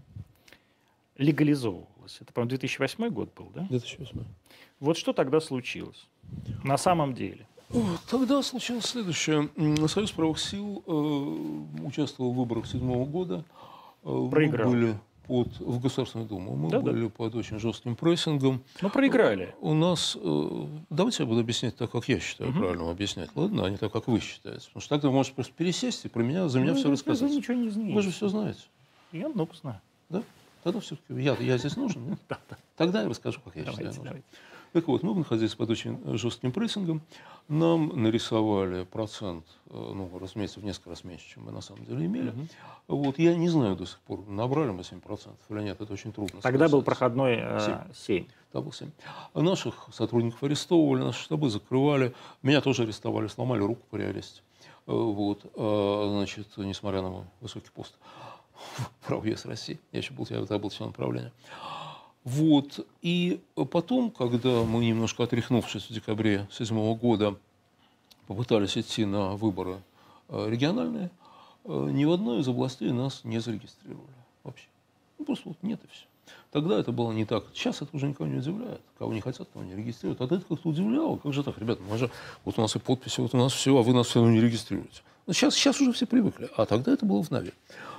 легализовывалась. Это, по-моему, 2008 год был, да? 2008. Вот что тогда случилось на самом деле? Тогда случилось следующее. Союз правых сил участвовал в выборах 2007 года. Проиграл. Мы были в Государственную Думу. Мы были под очень жестким прессингом. Но проиграли. У нас... Давайте я буду объяснять так, как я считаю правильно объяснять. Ладно, а не так, как вы считаете. Потому что тогда вы можете просто пересесть и за меня все рассказать. Вы ничего не знаете. Вы же все знаете. Я много знаю. Да? Тогда все-таки я здесь нужен. Да? Тогда я расскажу, как я считаю нужен. Так вот, мы находились под очень жестким прессингом. Нам нарисовали процент, разумеется, в несколько раз меньше, чем мы на самом деле имели. Вот, я не знаю до сих пор, набрали мы 7% или нет, это очень трудно сказать. Тогда был проходной 7. Тогда был 7. А наших сотрудников арестовывали, наши штабы закрывали. Меня тоже арестовали, сломали руку при аресте. Вот, значит, несмотря на мой высокий пост в правовес России. Я еще был членом правления. Вот. И потом, когда мы, немножко отряхнувшись в декабре 2007 года, попытались идти на выборы региональные, ни в одной из областей нас не зарегистрировали вообще. Просто вот нет и все. Тогда это было не так. Сейчас это уже никого не удивляет. Кого не хотят, кого не регистрируют. Тогда это как-то удивляло. Как же так, ребята, вот у нас и подписи, вот у нас все, а вы нас все равно не регистрируете. Сейчас уже все привыкли. А тогда это было в нове.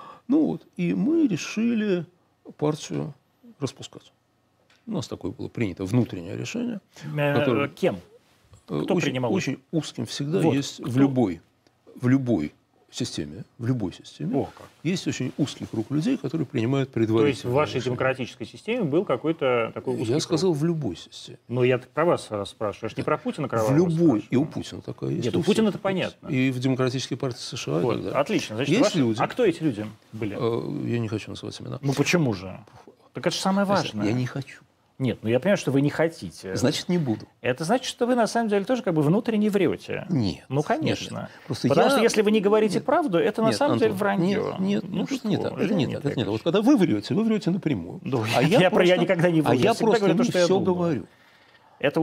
И мы решили партию распускать. У нас такое было принято внутреннее решение. Кем? Кто принимал? Очень узким всегда есть в любой системе, в любой системе, О, как. есть очень узкий круг людей, которые принимают То есть предварительные в вашей решения. демократической системе был какой-то такой узкий Я круг? сказал, в любой системе. Ну, я про вас спрашиваю, я ж не про Путина В кровавого любой. спрашиваю. И у Путина такая есть. Нет, у у Путина всех. это понятно. И в Демократической партии США. Вот, и так далее. отлично. Значит, есть ваши... люди. А кто эти люди были? Я не хочу называть имена. Ну, почему же? Так это же самое важное. Я не хочу. Нет, ну я понимаю, что вы не хотите. Значит, не буду. Это значит, что вы на самом деле тоже как бы внутренне врете. Нет. Ну, конечно. Нет. Просто Потому я... что если вы не говорите правду, это на Нет, самом деле Антон, вранье. Нет, Ну, что не так. Это не так. так. Это не так. Вот когда вы врете напрямую. Ну, А я просто- никогда не вру. А Я я всегда просто говорю то, не что я все думаю. говорю. Это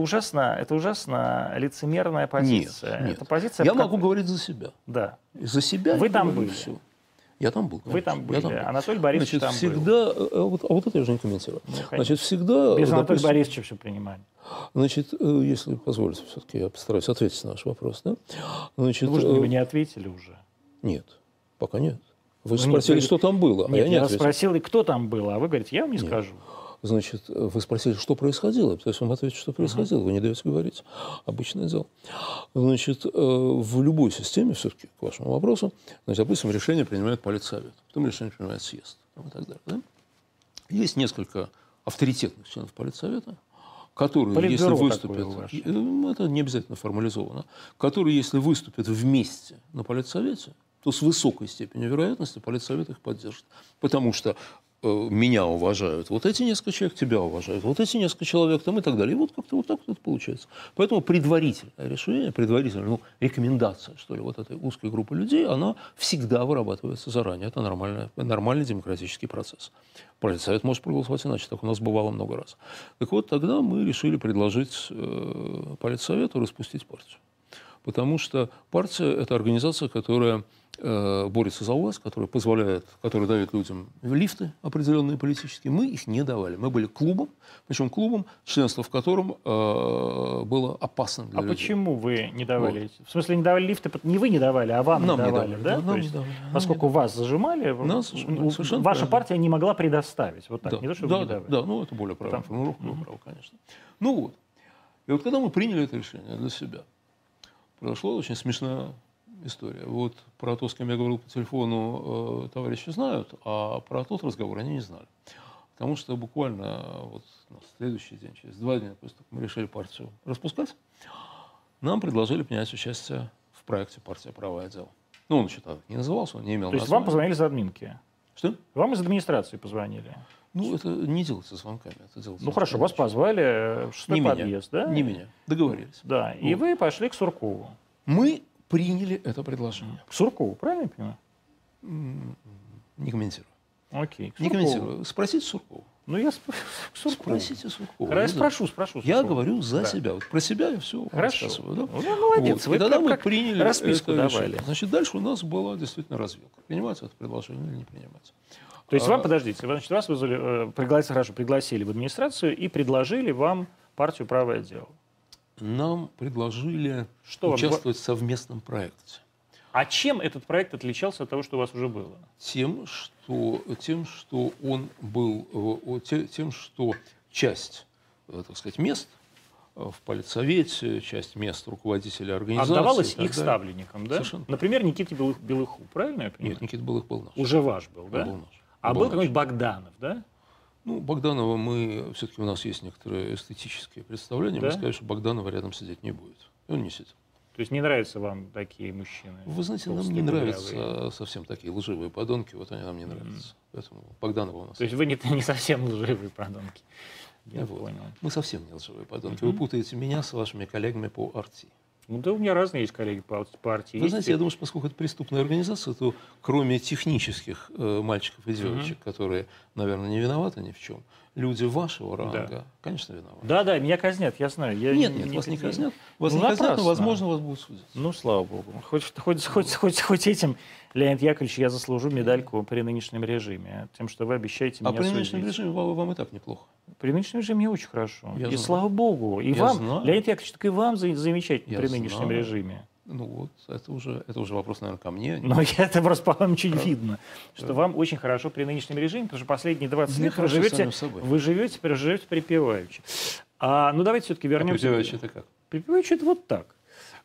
ужасно лицемерная позиция. Нет. Это позиция... Я как- могу говорить за себя. Да. За себя Вы я там говорю были? всё. Я там был. Вы там были. Анатолий Борисович Значит, там всегда, вот это я уже не комментирую. конечно. Значит, всегда... Без Анатолия допустим, Борисовича все принимали. Значит, если позволите, все-таки я постараюсь ответить на ваш вопрос. Да? Значит, Может быть, вы не ответили уже? Нет, пока нет. Вы Ну, спросили, нет, что там было, а Нет, я не я ответил. спросил, и кто там был, а вы говорите, я вам не скажу. Значит, вы спросили, что происходило. Я пытаюсь вам ответить, что происходило. Вы не даете говорить. Обычное дело. Значит, в любой системе, все-таки к вашему вопросу, значит, допустим, решение принимает политсовет, потом решение принимает съезд и так далее. Да? Есть несколько авторитетных членов политсовета, которые, Политбюро если такое выступят, у вас. это не обязательно формализовано, которые, если выступят вместе на политсовете, то с высокой степенью вероятности политсовет их поддержит. Потому что меня уважают вот эти несколько человек, тебя уважают вот эти несколько человек там, и так далее. И вот как-то вот так вот это получается. Поэтому предварительное решение, рекомендация, что ли, вот этой узкой группы людей, она всегда вырабатывается заранее. Это нормальный демократический процесс. Политсовет может проголосовать иначе, так у нас бывало много раз. Так вот, тогда мы решили предложить политсовету распустить партию. Потому что партия – это организация, которая борется за власть, которая дает людям лифты определенные политические. Мы их не давали. Мы были клубом, причем клубом, членство в котором было опасным для людей. А почему вы не давали? В смысле, не давали лифты? Не вы не давали, а вам Нам не не давали, давали, да? да, нам То не есть, давали. поскольку вас зажимали, Совершенно ваша правильно. партия не могла предоставить. Вот так, Да, не то, что да, вы не давали. да, ну это более правильная формулировка, право, конечно. Ну вот. И вот когда мы приняли это решение для себя, произошла очень смешная история. Вот про то, с кем я говорил по телефону, товарищи знают, а про тот разговор они не знали. Потому что буквально вот на следующий день, через 2 дня, после того, как мы решили партию распускать, нам предложили принять участие в проекте «Партия. Право и дело». Ну, он еще тогда не назывался, он не имел То есть названия. вам позвонили из админки? Что? Вам из администрации позвонили? Ну, это не делается звонками, это делается... Ну хорошо, вас позвали в 6-й подъезд, да? Не меня. Договорились. Да, и вы пошли к Суркову. Мы приняли это предложение. К Суркову, правильно я понимаю? Не комментирую. Окей. к Не Суркову. комментирую. Спросите Суркова. Ну, я к Суркову. Спросите Суркова. Хорошо, Я спрошу. Я Суркова. говорю за Да. себя. Вот про себя я все Хорошо. рассказываю. Да? Ну, молодец. Вот. Вы И тогда мы как приняли расписку это давали. решение. Значит, дальше у нас была действительно развилка. Принимать это предложение или не принимать. То есть вам, подождите, значит, вас вызвали, пригласили в администрацию и предложили вам партию «Правое дело». Нам предложили Что вам- участвовать в совместном проекте. А чем этот проект отличался от того, что у вас уже было? Тем, что он был, тем, что часть, так сказать, мест в политсовете, часть мест руководителей организации. Отдавалось и так их далее. ставленникам, да? Совершенно. Например, Никите Белыху, правильно я понимаю? Нет, Никита Былых был наш. Уже ваш был, да? Он был наш. А Он был наш. какой-нибудь Богданов, да? Ну, Богданова все-таки у нас есть некоторые эстетические представления. Да? Мы сказали, что Богданова рядом сидеть не будет. И он не сидит. То есть не нравятся вам такие мужчины? Вы знаете, нам толстые, не кудрявые? нравятся совсем такие лживые подонки. Вот они нам не нравятся. Поэтому Богданова у нас. То есть вы не совсем лживые подонки. Я Вот. понял. Мы совсем не лживые подонки. Вы путаете меня с вашими коллегами по Арти. Ну да, у меня разные есть коллеги по партии. Вы знаете, я думаю, что поскольку это преступная организация, то кроме технических мальчиков и девочек, которые, наверное, не виноваты ни в чем, люди вашего ранга, конечно, виноваты. Да, меня казнят, я знаю. Я Нет, вас не казнят. Вас Ну, не казнят, но, напрасно. возможно, вас будут судить. Ну, слава богу. Хоть этим, Леонид Яковлевич, я заслужу медальку при нынешнем режиме. Тем, что вы обещаете А меня при судить. нынешнем режиме вам и так неплохо. При нынешнем режиме мне очень хорошо. Я И знаю. слава богу. И Я вам, знаю. Леонид Яковлевич, так и вам замечательно Я при нынешнем знаю. режиме. Ну вот, это уже вопрос, наверное, ко мне. Но это просто по вам очень видно, что вам очень хорошо при нынешнем режиме, потому что последние 20 Мне лет хорошо самим собой. вы живете припеваючи. Ну, давайте все-таки вернемся. Припеваючи это как? Припеваючи это вот так.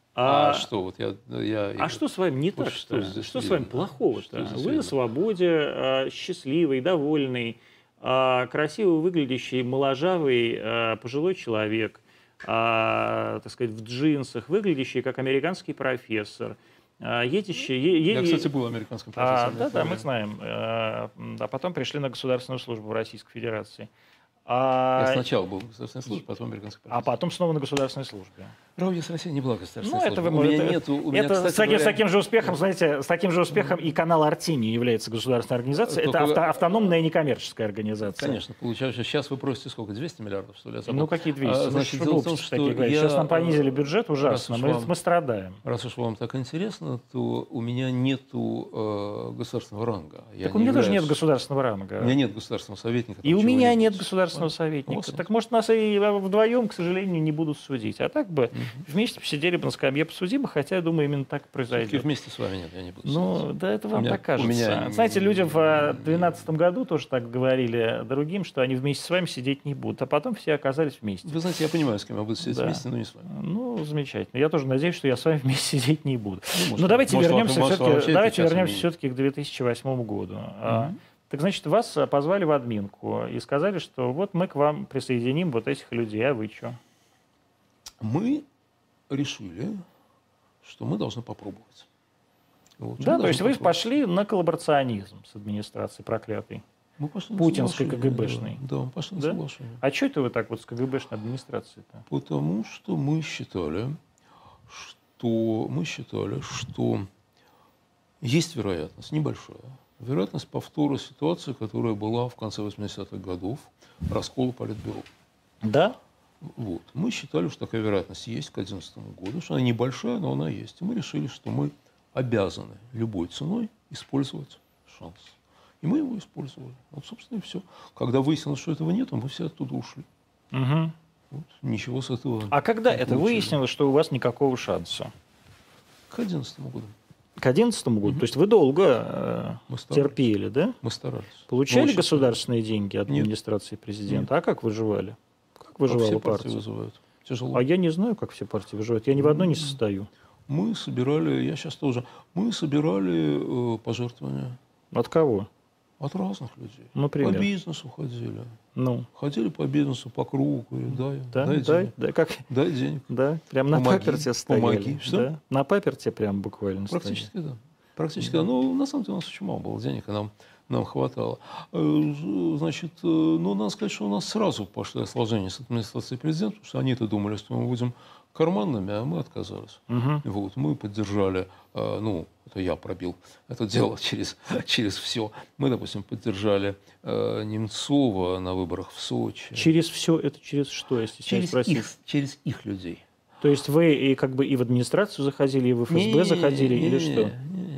А что? Вот А что с вами не Вот так? что здесь Что с вами видно? плохого-то? Что здесь Вы на видно? свободе, счастливый, довольный, красиво выглядящий, моложавый пожилой человек, так сказать, в джинсах, выглядящий как американский профессор. Я, кстати, был американским профессором. Да, мы знаем. А потом пришли на государственную службу в Российской Федерации. Я сначала был в государственной службе, потом американской А профессором. потом снова на государственной службе. Равнес Россия не была государственной Ну, это службой. вы У меня можете- нету... С таким же успехом, знаете, с таким же успехом и канал Артини является государственной организацией. Это Только- автономная некоммерческая организация. Конечно, получается, сейчас вы просите сколько? 200 миллиардов, что ли? Я забыл. Ну, какие 200? Значит, дело в том, что Сейчас нам понизили бюджет ужасно, раз уж мы, вам- мы страдаем. Раз уж вам так интересно, то у меня нету государственного ранга. Я Так у не меня тоже нет являюсь- государственного У ранга. меня нет государственного советника. И там у меня чего-нибудь. нет государственного советника. Вот. Так может нас и вдвоем, к сожалению, не будут судить. А так бы вместе посидели бы на скамье подсудимых, хотя, я думаю, именно так и Все-таки произойдет. вместе с вами нет, я не буду. Ну, судить. да это вам У меня- так кажется. у меня- Знаете, люди в 2012 году тоже так говорили другим, что они вместе с вами сидеть не будут. А потом все оказались вместе. Вы знаете, я понимаю, с кем я буду сидеть Да. вместе, но не с вами. Ну, замечательно. Я тоже надеюсь, что я с вами вместе сидеть не буду. может, Но давайте может, вернемся может, все-таки, вообще давайте сейчас вернемся не- все-таки к 2008 году. Так значит, вас позвали в админку и сказали, что вот мы к вам присоединим вот этих людей, а вы что? Мы решили, что мы должны попробовать. Вот, Да, мы то есть должны вы попробовать. пошли на коллаборационизм с администрацией проклятой. Мы пошли на путинской, соглашение, КГБшной. Да, мы пошли на Да? соглашение. А что это вы так вот с КГБшной администрацией-то? Потому что мы считали, что есть вероятность, небольшая, вероятность повтора ситуации, которая была в конце 80-х годов, раскола Политбюро. Да? Вот. Мы считали, что такая вероятность есть к 2011 году, что она небольшая, но она есть. И мы решили, что мы обязаны любой ценой использовать шанс. И мы его использовали. Вот, собственно, и все. Когда выяснилось, что этого нет, мы все оттуда ушли. Угу. Вот. Ничего с этого А когда не это получили. выяснилось, что у вас никакого шанса? К 2011 году. К 2011 году? То есть вы долго Мы старались. терпели, да? Мы старались. Получали Мы очень государственные деньги от Нет. администрации президента? А как выживали? Как старались. Как выживала все партии партия? вызывают. Тяжело. А я не знаю, как все партии выживают. Я ни в одной не состою. Мы собирали, я сейчас тоже, мы собирали пожертвования От кого? от разных людей. Например? По бизнесу ходили. Ну, Ходили по бизнесу, по кругу, говорю, да, дай да, денег. да, как, Дай денег. да, прям на Помоги, паперте стояли. помоги. Что? Да, на паперте прям буквально Практически стояли. да. Практически да. Ну, на самом деле у нас очень мало было денег, и нам хватало. Значит, ну, надо сказать, что у нас сразу пошли осложнения с администрацией президента, потому что они-то думали, что мы будем карманными, а мы отказались. Мгм. Вот, мы поддержали, ну, это я пробил это дело через все. Мы, допустим, поддержали Немцова на выборах в Сочи. Через все это через что, если Через их людей. То есть вы и как бы и в администрацию заходили, и в ФСБ заходили, или что?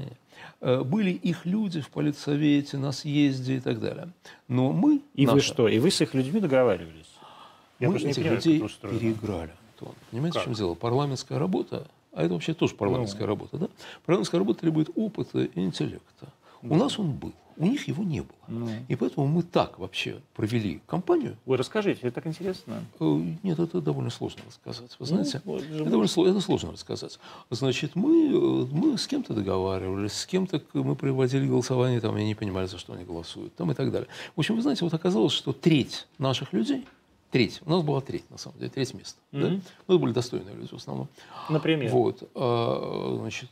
Не. Были их люди в политсовете, на съезде и так далее. Но мы... И вы наша- что? И вы с их людьми договаривались? Я мы просто не этих понимаю, как людей это устроено. переиграли. Антон. Понимаете, Как? в чем дело? Парламентская работа, а это вообще тоже парламентская работа, да? Парламентская работа требует опыта и интеллекта. У нас он был, у них его не было. Ну. И поэтому мы так вообще провели кампанию. Вы расскажите, это так интересно. Нет, это довольно сложно рассказать. Вы знаете, вот же это довольно это сложно рассказать. Значит, мы с кем-то договаривались, с кем-то мы приводили голосование, там, и не понимали, за что они голосуют, там, и так далее. В общем, вы знаете, вот оказалось, что треть наших людей, у нас была треть, на самом деле, треть места. Да? Ну, это были достойные люди в основном. Например? Вот, значит,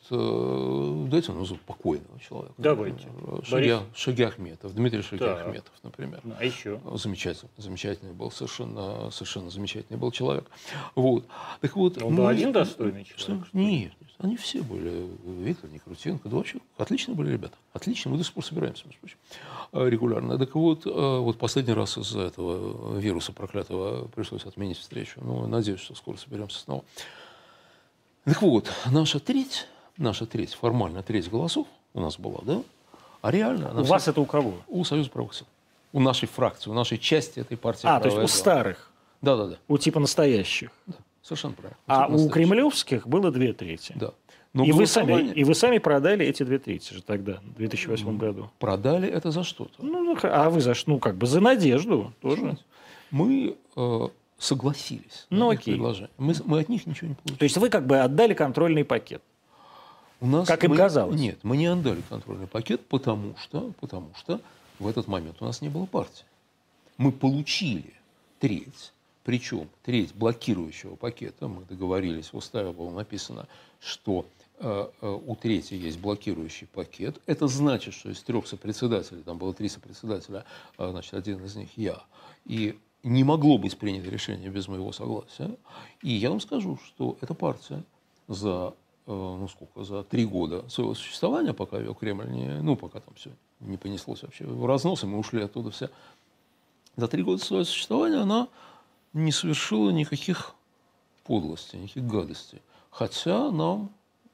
дайте назову покойного человека. Давайте. Шаги Ахметов, Дмитрий Шаги Так. Ахметов, например. А еще? Замечательный был, совершенно замечательный был человек. Вот. Так вот, Он был один достойный человек? Что? Нет, они все были. Виктор Некрутенко, да вообще отличные были ребята. Отлично, мы до сих пор собираемся, между прочим, регулярно. Так вот, вот последний раз из-за этого вируса проклятого пришлось отменить встречу. Ну, надеюсь, что скоро соберемся снова. Так вот, наша треть, формально треть голосов у нас была, да? А реально... У вас это у кого? У Союза правых сил. У нашей фракции, у нашей части этой партии. А, то есть «Правое у дело». старых, Да. у типа настоящих. Да, совершенно правильно. А Типа у настоящих. кремлевских было 2/3. Да. Но И вы голосование сами продали эти 2/3 же тогда, в 2008 году. продали это за что-то. Ну, а вы за что? Ну, как бы за надежду тоже. Мы согласились Ну, на их окей. предложение. Мы от них ничего не получили. То есть вы как бы отдали контрольный пакет. У нас Как им казалось. Нет, мы не отдали контрольный пакет, потому что в этот момент у нас не было партии. Мы получили треть, причем треть блокирующего пакета. Мы договорились, в уставе было написано, что у трети есть блокирующий пакет. Это значит, что из 3 сопредседателей, там было 3 сопредседателя, значит, один из них я, и не могло быть принято решение без моего согласия. И я вам скажу, что эта партия за 3 года своего существования, пока ее Кремль пока там все не понеслось вообще в разнос, и мы ушли оттуда все. За 3 года своего существования она не совершила никаких подлостей, никаких гадостей. Хотя нам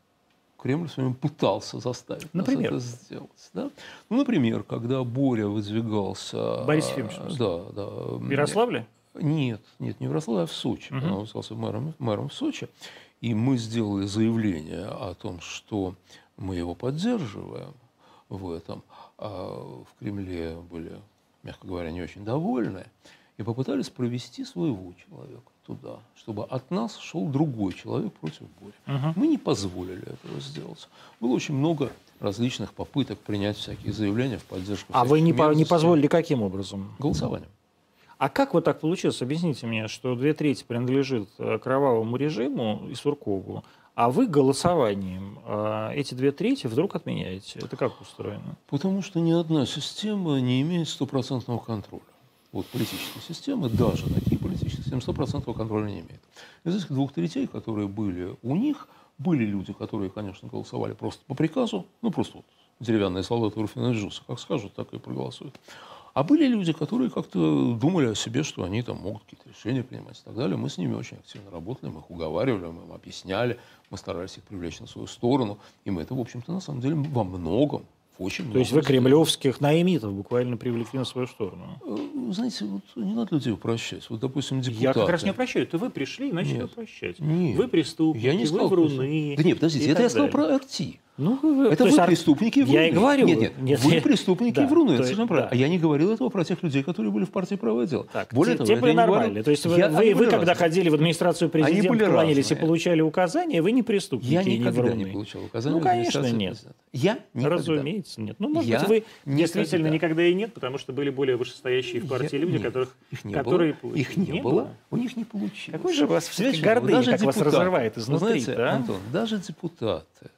Кремль с вами пытался заставить нас это сделать. Да? Ну, например, когда Боря выдвигался... Борис Ефимович? Да. В Ярославле? Нет, не в Ярославле, а в Сочи. Он выдвигался мэром в Сочи. И мы сделали заявление о том, что мы его поддерживаем в этом. А в Кремле были, мягко говоря, не очень довольны. И попытались провести своего человека туда, чтобы от нас шел другой человек против Бори. Мы не позволили этого сделать. Было очень много различных попыток принять всякие заявления в поддержку. А вы не позволили каким образом? Голосованием. А как вот так получилось? Объясните мне, что 2/3 принадлежит кровавому режиму и Суркову, а вы голосованием эти 2/3 вдруг отменяете? Это как устроено? Потому что ни одна система не имеет стопроцентного контроля. Вот политические системы, даже такие политические системы, стопроцентного контроля не имеют. Из этих 2/3, которые были у них, были люди, которые, конечно, голосовали просто по приказу, просто вот деревянные солдаты Руфина и Джуса, как скажут, так и проголосуют. А были люди, которые как-то думали о себе, что они там могут какие-то решения принимать и так далее. Мы с ними очень активно работали, мы их уговаривали, мы им объясняли, мы старались их привлечь на свою сторону. И мы это, в общем-то, на самом деле во многом, очень много. То есть вы кремлевских наимитов буквально привлекли на свою сторону? Знаете, вот не надо людей упрощать. Вот, допустим, депутаты. Я как раз не упрощаю. Это вы пришли и начали упрощать. Нет. Вы преступники, Я не сказал, вы вруны. Да нет, подождите, это я сказал про Арти. Это вы преступники и вруны. Я и говорю. Нет, вы преступники и вруны, это совершенно правильно. Да. А я не говорил этого про тех людей, которые были в партии «Правое дело». Так, более того, те были нормальные. говорил. То есть вы когда ходили в администрацию президента, кланялись и получали указания, вы не преступники, я не никогда вруны. не получал указания. Ну, конечно, нет. Я никогда. Разумеется, нет. Ну, может быть, вы действительно никогда и нет, потому что были более вышестоящие в партии люди, их не которые было. Их не было. У них не получилось. Какой же у вас все-таки гордыня, как вас разрывает изнутри, да? Антон, даже депутаты.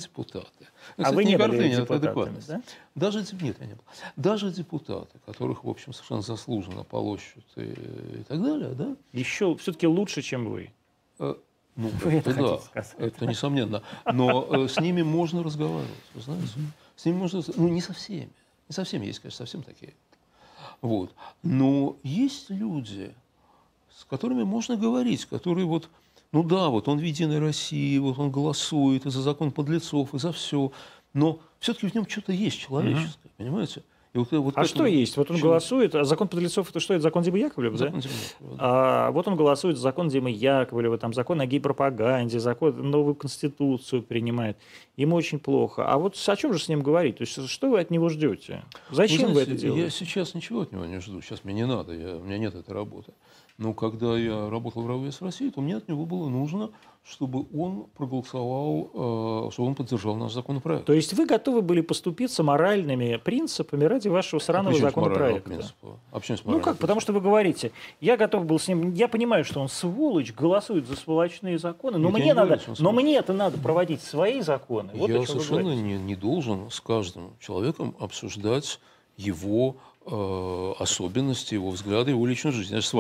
А вы не были депутатами, да? Нет, я не был. Даже депутаты, которых, в общем, совершенно заслуженно полощут и так далее, да? Еще все-таки лучше, чем вы. Это несомненно. Но с ними можно разговаривать, вы знаете. С ними можно разговаривать. Не со всеми. Не со всеми, есть, конечно, совсем такие. Вот. Но есть люди, с которыми можно говорить, которые вот, он в «Единой России», вот он голосует и за закон подлецов, и за все, но все-таки в нем что-то есть человеческое, понимаете? И что есть? Вот он голосует, а закон подлецов, это что, это закон Димы Яковлева, да? Закон Димы Яковлева, да. А вот он голосует за закон Димы Яковлева, там закон о гей-пропаганде, новую конституцию принимает. Ему очень плохо. А вот о чем же с ним говорить? То есть что вы от него ждете? Зачем вы это делаете? Я сейчас ничего от него не жду. Сейчас мне не надо, у меня нет этой работы. Но когда я работал в «Раввес России», то мне от него было нужно, чтобы он проголосовал, чтобы он поддержал наш законопроект. То есть вы готовы были поступиться моральными принципами ради вашего сраного законопроекта? А почему Потому что вы говорите, я готов был с ним, я понимаю, что он сволочь, голосует за сволочные законы, но мне это надо проводить свои законы. Вот я совершенно не должен с каждым человеком обсуждать его особенности, его взгляды, его личную жизнь. Я же с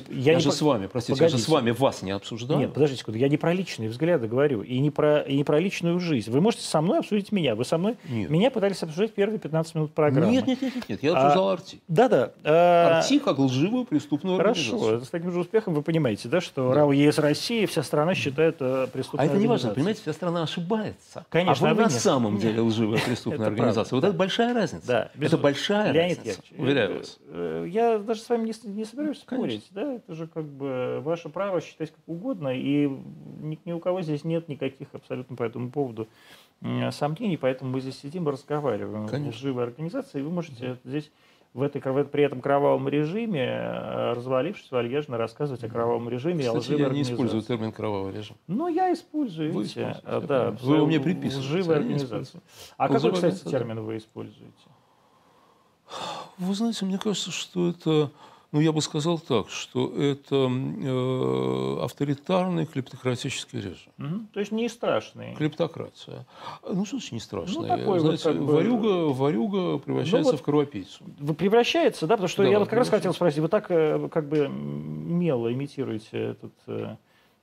вами вас не обсуждаю. Нет, подождите, я не про личные взгляды говорю, и не про личную жизнь. Вы можете со мной обсудить меня. Вы со мной меня пытались обсуждать первые 15 минут программы. Нет. Я обсуждал Арти. Да. Арти как лживую преступную организацию. Хорошо. С таким же успехом вы понимаете, да, что РАО-ЕС России вся страна считает преступной организацией. А это не важно, понимаете, вся страна ошибается. Конечно. А вы на самом деле лживая преступная организация. Вот это большая разница. Да, это большая разница. Уверяю вас. Я даже с вами не собираюсь спорить. Да? Это же как бы ваше право считать как угодно, и ни у кого здесь нет никаких абсолютно по этому поводу сомнений, поэтому мы здесь сидим и разговариваем. Конечно. Живая организация, и вы можете здесь при этом кровавом режиме, развалившись, вальяжно рассказывать о кровавом режиме и о Кстати, лживой я не организации. использую термин «кровавый режим». Ну, я использую, Вы видите. используете, Да, вы его мне приписываете, лживая а я не организация. использую. А какой, Лживая кстати, организация, термин вы используете? Вы знаете, мне кажется, что это, ну, я бы сказал так, что это авторитарный клептократический режим. То есть не страшный. Клептократия. Ну, что значит не страшный? Ну, такой вот знаете, как бы... ворюга превращается вот в кровопийцу. Превращается, да? Потому что Да, я вот как раз превращается. хотел спросить, вы так как бы мило имитируете этот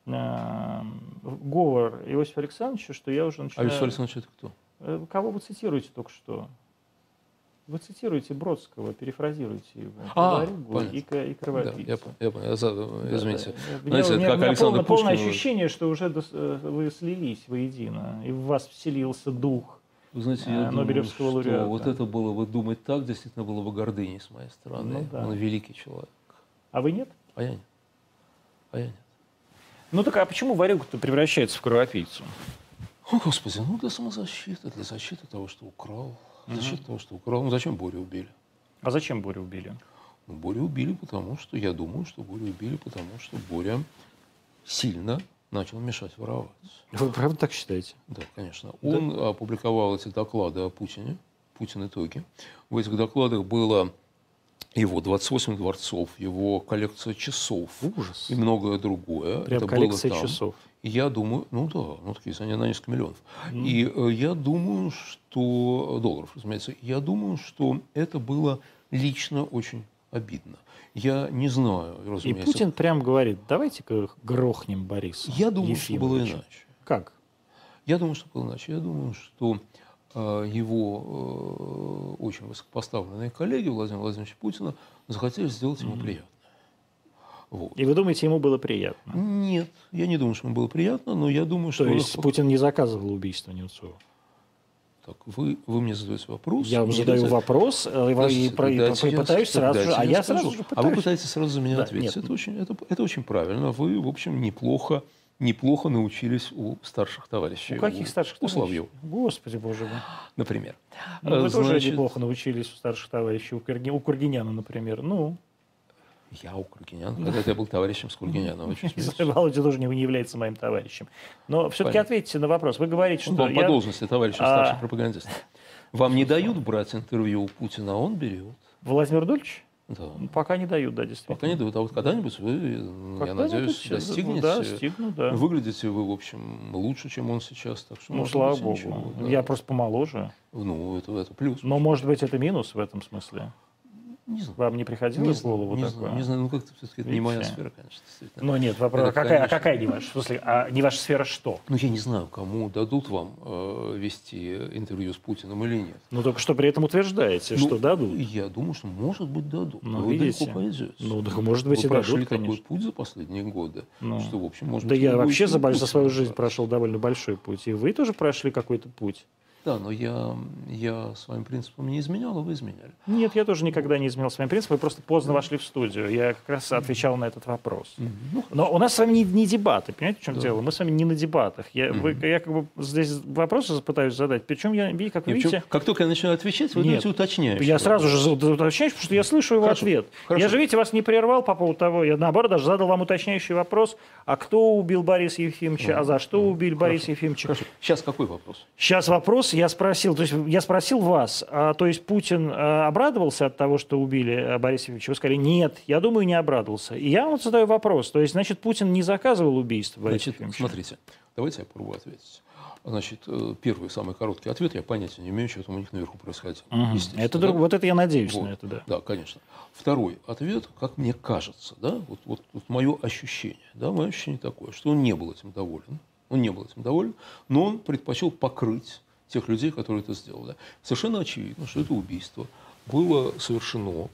говор Иосифа Александровича, что я уже А начинаю... Иосиф Александрович это кто? Кого вы цитируете только что? Вы цитируете Бродского, перефразируете его. Ворюгу понятно. и кровопийцу. Да, я понял. Извините. У меня Знаете, это как Александр полное Пушкин. ощущение, что уже вы слились воедино, и в вас вселился дух Вы знаете, я думаю, Нобелевского что лауреата. вот это было бы думать так, действительно было бы гордыней с моей стороны. Ну, да. Он великий человек. А вы нет? А я нет. А я нет. Ну так а почему ворюга-то превращается в кровопийцу? О, Господи, ну для самозащиты, для защиты того, что украл. Защиты того, что украл. Ну зачем Борю убили? А зачем Борю убили? Ну, Борю убили, потому что, я думаю, что Борю убили, потому что Боря сильно начал мешать воровать. Вы правда так считаете? Да, конечно. Он опубликовал эти доклады о Путине, Путин итоги. В этих докладах было его 28 дворцов, его коллекция часов Ужас. и многое другое. Прям это коллекция было там. часов. И я думаю, ну да, ну такие они на несколько миллионов. И я думаю, что долларов, разумеется, я думаю, что это было лично очень обидно. Я не знаю, И разумеется. Путин прям говорит, давайте-ка грохнем Бориса Я думаю, что было Ефимовича. иначе. Как? Я думаю, что было иначе. Я думаю, что его очень высокопоставленные коллеги Владимира Владимировича Путина захотели сделать ему приятно. Вот. И вы думаете, ему было приятно? Нет, я не думаю, что ему было приятно, но я думаю, что... То есть Путин не заказывал убийство Немцова? Так, вы мне задаете вопрос. Я вам мне задаю дайте- вопрос и пытаюсь сразу же... А я сразу же А вы пытаюсь. пытаетесь сразу за меня Да, ответить. нет. Это очень правильно. Вы, в общем, неплохо научились у старших товарищей. У каких старших У товарищей? Соловьева, Господи боже мой. например. Ну, вы тоже Значит, неплохо научились у старших товарищей. У Кургиняна, например. Ну, Я у Кургиняна. Когда-то я был товарищем с Кургиняном. Очень смеюсь. Володя тоже не является моим товарищем. Но все-таки Понятно. ответьте на вопрос. Вы говорите, Он что... был по должности товарища старших пропагандистов. Вам не дают Ну, брать интервью у Путина, а он берет. Владимир Владимирович? Да. Пока не дают, да, действительно. Пока не дают. А вот когда-нибудь вы, я надеюсь, достигнете. Да, достигну, да. Выглядите вы, в общем, лучше, чем он сейчас. Так что, Ну, может слава быть, богу. ничего, да. Я просто помоложе. Ну, это плюс. Но, может быть, это минус в этом смысле? Не знаю. Вам не приходило в голову не такое? знаю, не знаю, ну как-то все-таки это не моя Видите? сфера, конечно, действительно. Ну, нет, вопрос, Это, какая конечно. не ваша? В смысле, не ваша сфера что? Ну, я не знаю, кому дадут вам вести интервью с Путиным или нет. Ну, только что при этом утверждаете, Ну, что дадут. Я думаю, что, может быть, дадут. Ну, Но вы видите. далеко пойдете. Ну, так, может быть, Вы и прошли дадут, такой конечно. путь за последние годы, Ну. что, в общем, может Да быть, я вы вообще будете за свою Путина жизнь брать. прошел довольно большой путь. И вы тоже прошли какой-то путь. Да, но я своим принципам не изменял, а вы изменяли. Нет, я тоже никогда не изменил своим принципам. Вы просто поздно вошли в студию. Я как раз отвечал на этот вопрос. Ну, Но у нас с вами не дебаты, понимаете, в чем дело? Мы с вами не на дебатах. Я как бы здесь вопросы пытаюсь задать. Причем я, как вы и причем, видите... как только я начинаю отвечать, вы Нет, даете уточняющий Я вопрос. сразу же уточняюсь, потому что я слышу его Хорошо, ответ. хорошо. Я же, видите, вас не прервал по поводу того, я наоборот даже задал вам уточняющий вопрос, а кто убил Бориса Ефимовича, а за что убили Бориса Ефимовича. Хорошо. Сейчас какой вопрос? Сейчас вопрос, я спросил вас, то есть Путин обрадовался от того, что убили Бориса Ефимовича? Вы сказали, нет, я думаю, не обрадовался. И я вам задаю вопрос, то есть, значит, Путин не заказывал убийство Бориса Значит, Ефимовича? смотрите, давайте я попробую ответить. Значит, первый, самый короткий ответ, я понятия не имею, что там у них наверху происходило. Естественно, Это да? вот это я надеюсь Вот. на это, да. Да, конечно. Второй ответ, как мне кажется, да, вот мое ощущение, мое ощущение такое, что он не был этим доволен. Он не был этим доволен, но он предпочел покрыть тех людей, которые это сделали. Да. Совершенно очевидно, что это убийство было совершено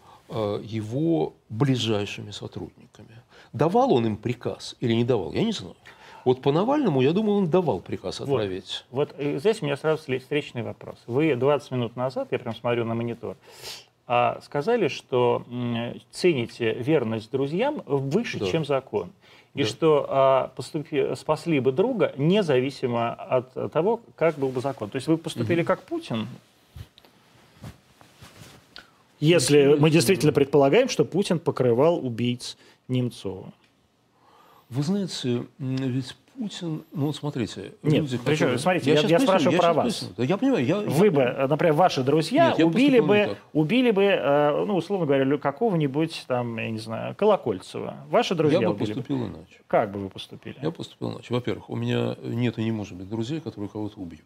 его ближайшими сотрудниками. Давал он им приказ или не давал, я не знаю. Вот по Навальному, я думаю, он давал приказ отравить. Вот здесь у меня сразу встречный вопрос. Вы 20 минут назад, я прям смотрю на монитор, сказали, что цените верность друзьям выше, Да. чем закон. И Да. что спасли бы друга, независимо от того, как был бы закон. То есть вы поступили как Путин? Если мы действительно предполагаем, что Путин покрывал убийц Немцова. Вы знаете, ведь Путин, ну вот смотрите. Нет, люди, причем, которые... смотрите, я спрашиваю про вас. Да, я понимаю. Вы бы, например, ваши друзья Нет, убили бы, ну, условно говоря, какого-нибудь там, я не знаю, Колокольцева. Ваши друзья я бы убили поступил иначе. Как бы вы поступили? Я поступил иначе. Во-первых, у меня нет и не может быть друзей, которые кого-то убьют.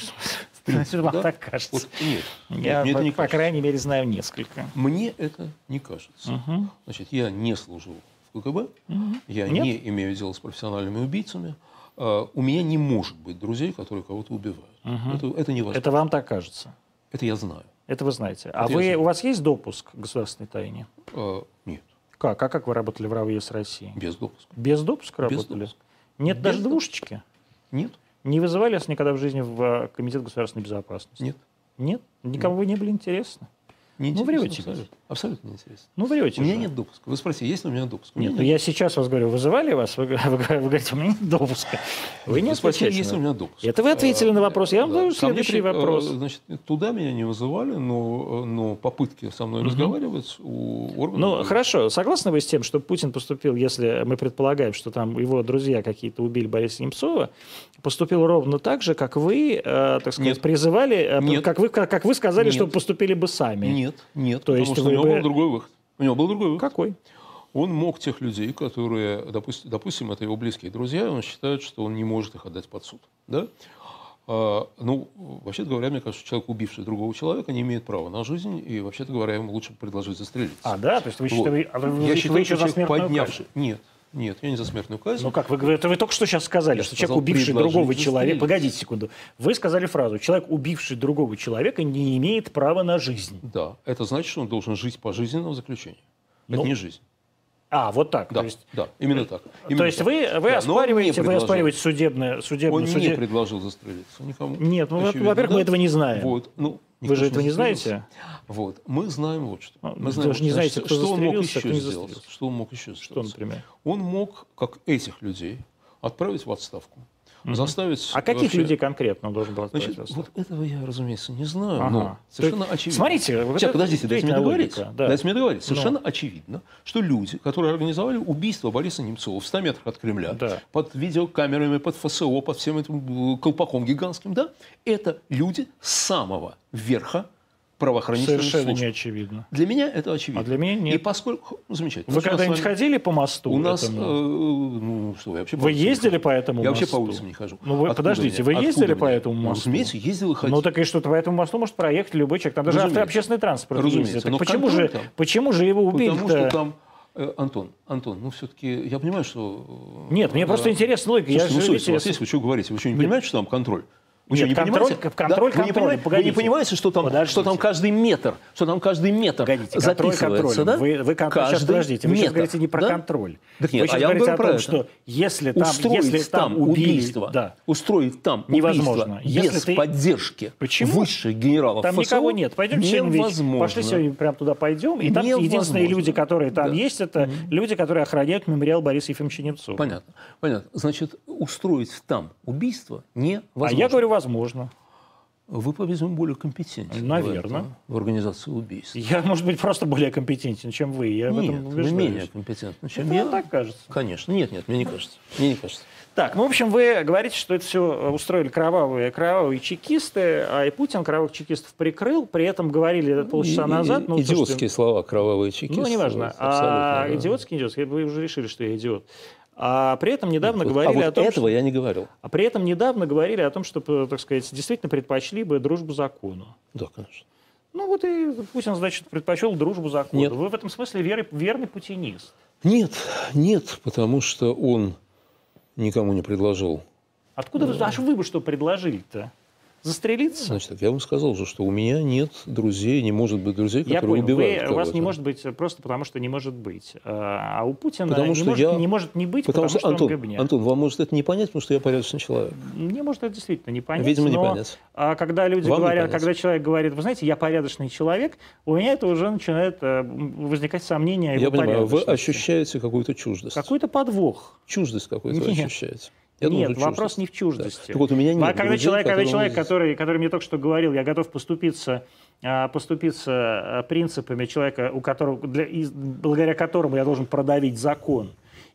Вам так кажется. Вот, нет, Я, мне это не по кажется. крайней мере, знаю несколько. Мне это не кажется. Значит, я не служил в КГБ, я Нет? не имею дела с профессиональными убийцами. У меня не может быть друзей, которые кого-то убивают. Это невозможно. Это вам так кажется? Это я знаю. Это вы знаете. А Это я знаю. у вас есть допуск к государственной тайне? Нет, Как? А как вы работали в РАО ЕС России? без допуска. Без допуска Без работали? допуска. Нет Без даже допуска. двушечки? Нет, Не вызывали вас никогда в жизни в Комитет государственной безопасности? нет. Нет? Никому вы не были интересны? Не Ну, интересно, врете. абсолютно. Абсолютно не интересно. Ну, врете У меня же. нет допуска. Вы спросите, есть ли у меня допуск? У меня Нет, ну я сейчас вас говорю, вызывали вас? Вы говорите, у меня нет допуска. Вы не Вы спросили, отвечаете есть ли у на меня допуск. это. Вы ответили на вопрос. Я вам Да. даю Ко мне следующий вопрос. Значит, туда меня не вызывали, но попытки со мной разговаривать у органов... Ну, хорошо. Согласны вы с тем, что Путин поступил, если мы предполагаем, что там его друзья какие-то убили Бориса Немцова, поступил ровно так же, как вы, так сказать, Нет. призывали, Нет. как вы сказали, Нет. что поступили бы сами? Нет. То Потому есть что вы у него бы- был другой выход. У него был другой выход. Какой? Он мог тех людей, которые, допустим, это его близкие друзья, и он считает, что он не может их отдать под суд. Да? Ну, вообще-то говоря, мне кажется, человек, убивший другого человека, не имеет права на жизнь, и, вообще-то говоря, ему лучше предложить застрелиться. А, да? То есть вы Вот. считаете, Я считаю, вы еще что за человек, смертную поднявший... казнь? Нет, я не за смертную казнь. Ну как, вы только что сейчас сказали, Я что сказал, человек, убивший предложить другого человека... застрелиться. Погодите секунду. Вы сказали фразу, человек, убивший другого человека, не имеет права на жизнь. Да, это значит, что он должен жить пожизненно в заключении. Ну, Это не жизнь. А, вот так. Да, То есть, да, именно так. то Именно есть так. вы Да, но он не оспариваете предложил. судебное Он не суде... предложил застрелиться никому. Нет, ну, Очевидно, во-первых, да? мы этого не знаем. Вот, ну, Вы никто же ж этого не застрелился. знаете? Вот. Мы знаем вот что. Ну, Мы вы знаем, даже не знаете, кто что он мог застрелился, а кто еще не сделать. застрелился. Что он мог еще сделать? Что, например? Он мог, как этих людей, отправить в отставку. Заставить... А каких вообще- людей конкретно он должен был отправить Значит, в отставку? вот этого я, разумеется, не знаю, Ага. но совершенно То есть, очевидно. смотрите, вот Сейчас, это подождите, дайте мне действительно договорить. логика, да. Дайте мне договорить. Совершенно очевидно, что люди, которые организовали убийство Бориса Немцова в 100 метрах от Кремля, Да. под видеокамерами, под ФСО, под всем этим колпаком гигантским, да, это люди с самого верха правоохранительных Совершенно служб. не очевидно. Для меня это очевидно. А для меня нет. И поскольку... Ну, замечательно. Вы Значит, когда-нибудь с вами- ходили по мосту? У нас... этому? ну, что, я вообще по Вы улицам не ездили хожу. по этому Я мосту? вообще по улицам не хожу. Ну, вы Откуда подождите, мне? вы ездили Откуда по мне? этому Ну, мосту? разумеется, ездил и ходил. Ну так и что, по этому мосту может проехать любой человек. Там даже Разумеется. общественный транспорт Разумеется. ездит. Так Но почему контроль же, там. почему же его убили-то? Потому что там... Антон, ну все-таки я понимаю, что... Нет, мне просто интересна логика. Слушайте, ну, же, совесть у вас видите, есть, вы что говорите? Вы что, не понимаете, что там контроль? Вы Нет, что, не контроль- понимаете? контроль, Вы не контроль, понимаете, погодите. Вы не понимаете, что там Подождите. каждый метр, Погодите, контроль записывается, контролем. да? Вы сейчас, Каждый подождите, вы сейчас метр, говорите не про да? контроль. Так Вы нет, сейчас а я вам говорите говорю о про том, это. что если там Устроить там убили... убийство, Да. устроить там Невозможно. убийство Если без ты- поддержки Почему? высших генералов Там ФСО никого нет. Пойдемте сегодня вечером. невозможно. Пошли сегодня прямо туда пойдем. И там единственные Невозможно. люди, которые там Да. есть, это люди, которые охраняют мемориал Бориса Ефимовича Немцова. Понятно. Значит, устроить там убийство невозможно. А я говорю, возможно. Вы, по-видимому, более компетентны Наверно. в организации убийств. Я, может быть, просто более компетентен, чем вы. Я в Нет, этом вы убеждаюсь. менее компетентны, чем Это я. вам так кажется. Конечно. Нет, мне не кажется. Мне не кажется. Так, ну, в общем, вы говорите, что это все устроили кровавые чекисты, а и Путин кровавых чекистов прикрыл, при этом говорили полчаса назад... Ну, идиотские слушайте, слова, кровавые чекисты. ну, неважно. Абсолютно, да. Идиотский, вы уже решили, что я идиот. А при этом недавно Вот, говорили о том, этого я не говорил. А при этом недавно говорили о том, что, так сказать, действительно предпочли бы дружбу закону. Да, конечно. Ну вот и Путин, значит, предпочел дружбу закону. Нет. Вы в этом смысле верный путинист. Нет, потому что он никому не предложил. Откуда вы, а вы бы что предложили-то? Застрелиться? Значит, так я вам сказал же, что у меня нет друзей, не может быть друзей, Я которые понял, убивают у вас не кого-то. может быть просто потому, что не может быть. А у Путина Потому не, что может, я- не может не быть, Потому что, он Антон, гребня. вам может это не понять, потому что я порядочный человек. Мне может это действительно не понять. Видимо, не но, понять. когда люди Вам не говорят, понять. когда человек говорит, вы знаете, я порядочный человек, у меня это уже начинает возникать сомнения о его Я понимаю, вы порядочности. ощущаете какую-то чуждость. Какой-то подвох. Чуждость какую-то вы Нет. ощущаете. Я думаю, Нет, что вопрос чуждость. не в чуждости. Так вот, у меня нет когда друзей, человек, которым- который мне только что говорил, я готов поступиться принципами человека, благодаря которому я должен продавить закон.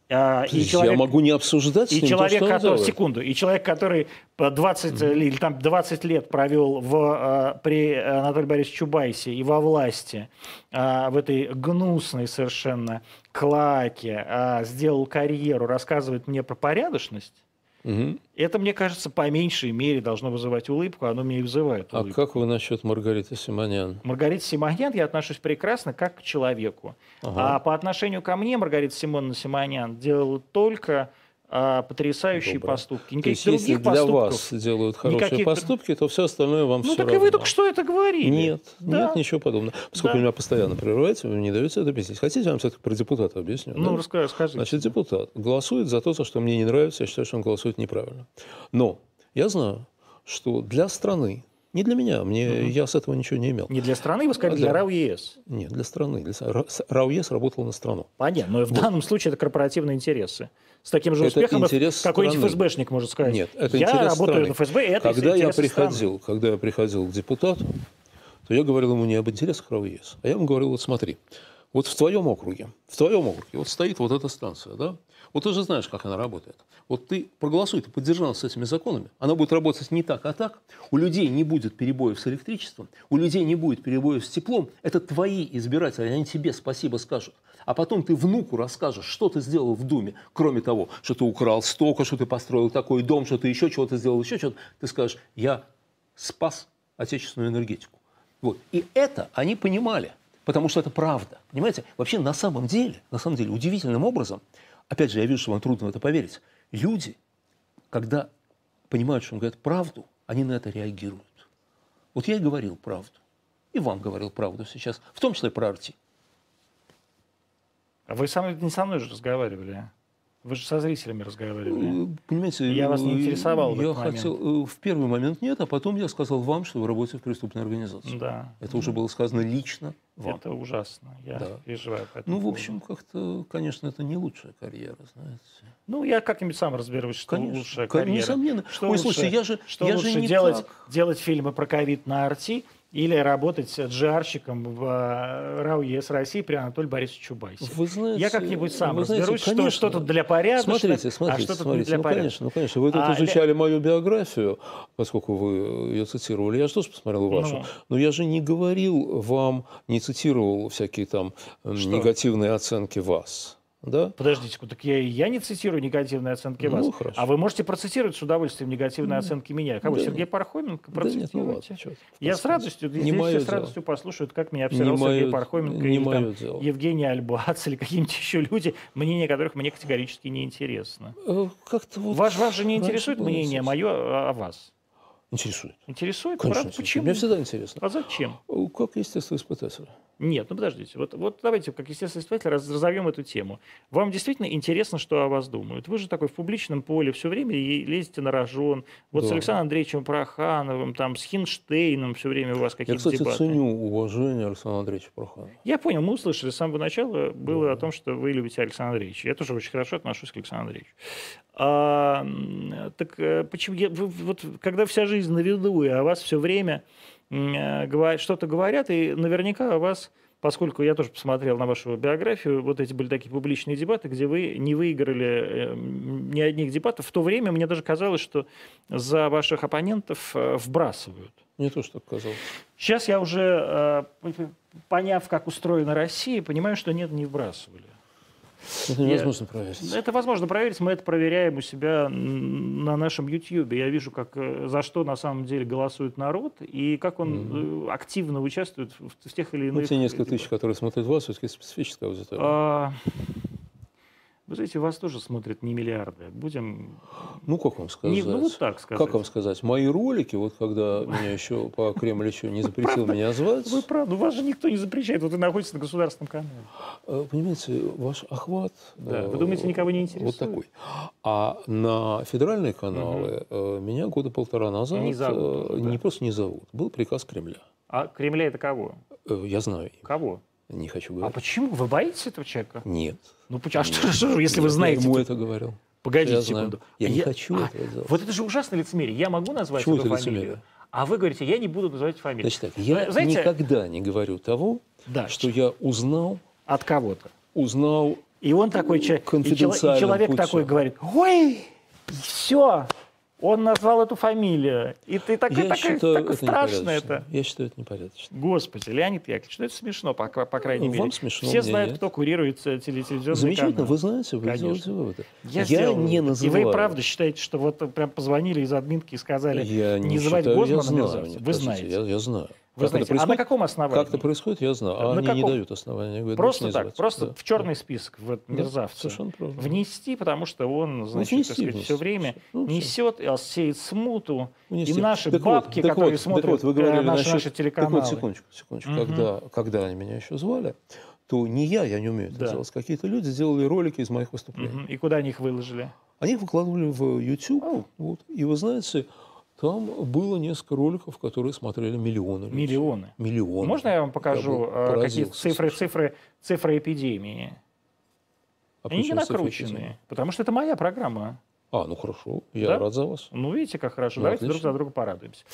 Я могу не обсуждать с ним то, что он делает. Секунду. И человек, который 20 или там 20 лет провел при Анатолии Борисовиче Чубайсе и во власти, в этой гнусной совершенно клаке, сделал карьеру, рассказывает мне про порядочность, это, мне кажется, по меньшей мере должно вызывать улыбку, оно мне и вызывает улыбку. А как вы насчет Маргариты Симонян? Маргарита Симонян я отношусь прекрасно как к человеку. Ага. А по отношению ко мне Маргарита Симоновна Симонян делала только потрясающие Доброе. поступки. То Никаких есть, если других для поступков. вас делают хорошие никаких- поступки, то все остальное вам Ну все так равно. и вы только что это говорили. Нет, Да. нет, ничего подобного. Поскольку Да. вы меня постоянно прерываете, вы не даете это объяснить. Хотите, я вам все-таки про депутата объясню? Ну, да? скажите. Значит, депутат голосует за то, за что мне не нравится, я считаю, что он голосует неправильно. Но я знаю, что для страны, не для меня, я с этого ничего не имел. Не для страны, вы сказали, для РАО ЕС. Нет, для страны. РАО ЕС работал на страну. Понятно, но в данном случае это корпоративные интересы. С таким же Это успехом интерес какой-нибудь страны. ФСБшник может сказать. Нет, это я интерес работаю страны. на ФСБ, и это Когда я интересы страны. приходил к депутату, то я говорил ему не об интересах РАО ЕС, а я ему говорил, вот смотри, вот в твоем округе вот стоит вот эта станция, да? Вот ты же знаешь, как она работает. Вот ты проголосуй, ты поддержал с этими законами. Она будет работать не так, а так. У людей не будет перебоев с электричеством, у людей не будет перебоев с теплом. Это твои избиратели, они тебе спасибо скажут. А потом ты внуку расскажешь, что ты сделал в Думе, кроме того, что ты украл столько, что ты построил такой дом, что ты еще чего-то сделал, еще чего-то. Ты скажешь, я спас отечественную энергетику. Вот. И это они понимали, потому что это правда. Понимаете, вообще на самом деле, удивительным образом, опять же, я вижу, что вам трудно в это поверить, люди, когда понимают, что он говорит правду, они на это реагируют. Вот я и говорил правду, и вам говорил правду сейчас, в том числе про Арти. А вы не со мной же разговаривали. Вы же со зрителями разговаривали. Понимаете, Я вас не интересовал в я этот момент. хотел, в первый момент нет, а потом я сказал вам, что вы работаете в преступной организации. Да. Это уже было сказано лично вам. Это ужасно. Я Да. переживаю по этому Ну, в поводу. общем, как-то, конечно, это не лучшая карьера, знаете. Ну, я как-нибудь сам разберусь, что Конечно, лучшая конечно, карьера. несомненно. Что Ой, лучше, слушайте, я же не делать, так. делать фильмы про ковид на Арти или работать джиарщиком в РАО ЕС России при Анатолии Борисовиче Чубайсе. Вы знаете, Я как-нибудь сам вы знаете, разберусь, конечно. что тут для порядочных, Смотрите, а что тут не для ну, порядочных. конечно. Вы тут изучали мою биографию, поскольку вы ее цитировали. Я же тоже посмотрел вашу. Ну. Но я же не говорил вам, не цитировал всякие там негативные оценки вас. Да? Подождите, так я не цитирую негативные оценки Ну, вас. хорошо. А вы можете процитировать с удовольствием негативные оценки меня. Кого? Да Сергей Пархоменко? Да нет, ну ладно, Процитируйте. чё, Я с радостью, не здесь мое все с дело. радостью послушают, как меня обсирал Не Сергей мое- Пархоменко не или там мое дело. Евгений Альбац или какие-нибудь еще люди, мнение которых мне категорически не интересно. Как-то вот Вас же не раньше интересует было мнение интересно. мое о вас? Интересует. Интересует? Конечно, Правда? интересует. Почему? Мне всегда интересно. А зачем? Как естествоиспытатель. Нет, ну подождите. Вот давайте, как естественный исследователь, разовьем эту тему. Вам действительно интересно, что о вас думают? Вы же такой в публичном поле все время и лезете на рожон. Вот Да. с Александром Андреевичем Прохановым, там, с Хинштейном все время у вас Я, какие-то кстати, дебаты. ценю уважение Александра Андреевича Проханова. Я понял, мы услышали с самого начала было о том, что вы любите Александра Андреевича. Я тоже очень хорошо отношусь к Александру Андреевичу. Почему вот когда вся жизнь на виду, и о вас все время что-то говорят, и наверняка о вас, поскольку я тоже посмотрел на вашу биографию, вот эти были такие публичные дебаты, где вы не выиграли ни одних дебатов. В то время мне даже казалось, что за ваших оппонентов вбрасывают. Мне тоже так казалось. Сейчас я уже, поняв, как устроена Россия, понимаю, что нет, не вбрасывали. Это невозможно проверить. Это возможно проверить, мы это проверяем у себя на нашем YouTube. Я вижу, за что на самом деле голосует народ и как он активно участвует в тех или иных... Те несколько тысяч, которые смотрят вас, все-таки специфическая аудитория. Вы знаете, вас тоже смотрят не миллиарды. Будем... Ну, как вам сказать? вот так сказать. Как вам сказать? Мои ролики, вот когда меня еще по Кремль еще не запретил меня звать... Вы правы, вас же никто не запрещает. Вот вы находитесь на государственном канале. Понимаете, ваш охват... Да. Вы думаете, никого не интересует? Вот такой. А на федеральные каналы меня года полтора назад Не зовут уже, не просто не зовут. Был приказ Кремля. А Кремля это кого? Я знаю. Кого? Не хочу А говорить. почему? Вы боитесь этого человека? Нет. Ну, почему? А что, если вы знаете? Я ему это говорил. Погодите Я секунду. знаю. Я не хочу этого делать. Вот это же ужасное лицемерие. Я могу назвать Почему эту это фамилию, лицемерие? а вы говорите, я не буду называть фамилию. Значит так, я Знаете, никогда не говорю того, Да. что я узнал от кого-то. И он такой, и конфиденциальным человек путем. такой говорит, ой, все, он назвал эту фамилию. И ты такой, Я считаю, это страшно непорядочно. это. Я считаю, это непорядочно. Господи, Леонид Яковлевич, ну это смешно, по крайней мере. Вам смешно, Все мне знают, нет. кто курирует телевизионный Замечательно, канал. вы знаете, вы Конечно. делаете выводы. Я не называю. И вы правда считаете, что вот прям позвонили из админки и сказали, Я не называть считаю, Гозмана я знаю. мерзавцем? Нет, Вы подождите, знаете. Я знаю. Вы знаете. А на каком основании? Как это происходит, я знаю. А На они не каком? дают основания. Они говорят, Просто «Лучше не так, называть». просто Да. в черный список в этот Да, мерзавца совершенно правильно. внести, потому что он, значит, внести так сказать, внести. все время Ну, всё. несет, сеет смуту. Внести. И наши Так вот, бабки, так которые вот, смотрят так вот, вы говорили наши насчет- телеканалы. Так вот, секундочку. Когда они меня еще звали, то не я не умею это Да. делать. Какие-то люди делали ролики из моих выступлений. И куда они их выложили? Они их выкладывали в YouTube. Вот. И вы знаете, там было несколько роликов, которые смотрели миллионы людей. Миллионы. Можно я вам покажу Я был какие-то поразился цифры эпидемии? А Они не почему цифры накрученные, эпидемии? потому что это моя программа. Ну хорошо, я Да? рад за вас. Ну, видите, как хорошо. Ну, Давайте друг отлично. за друга порадуемся.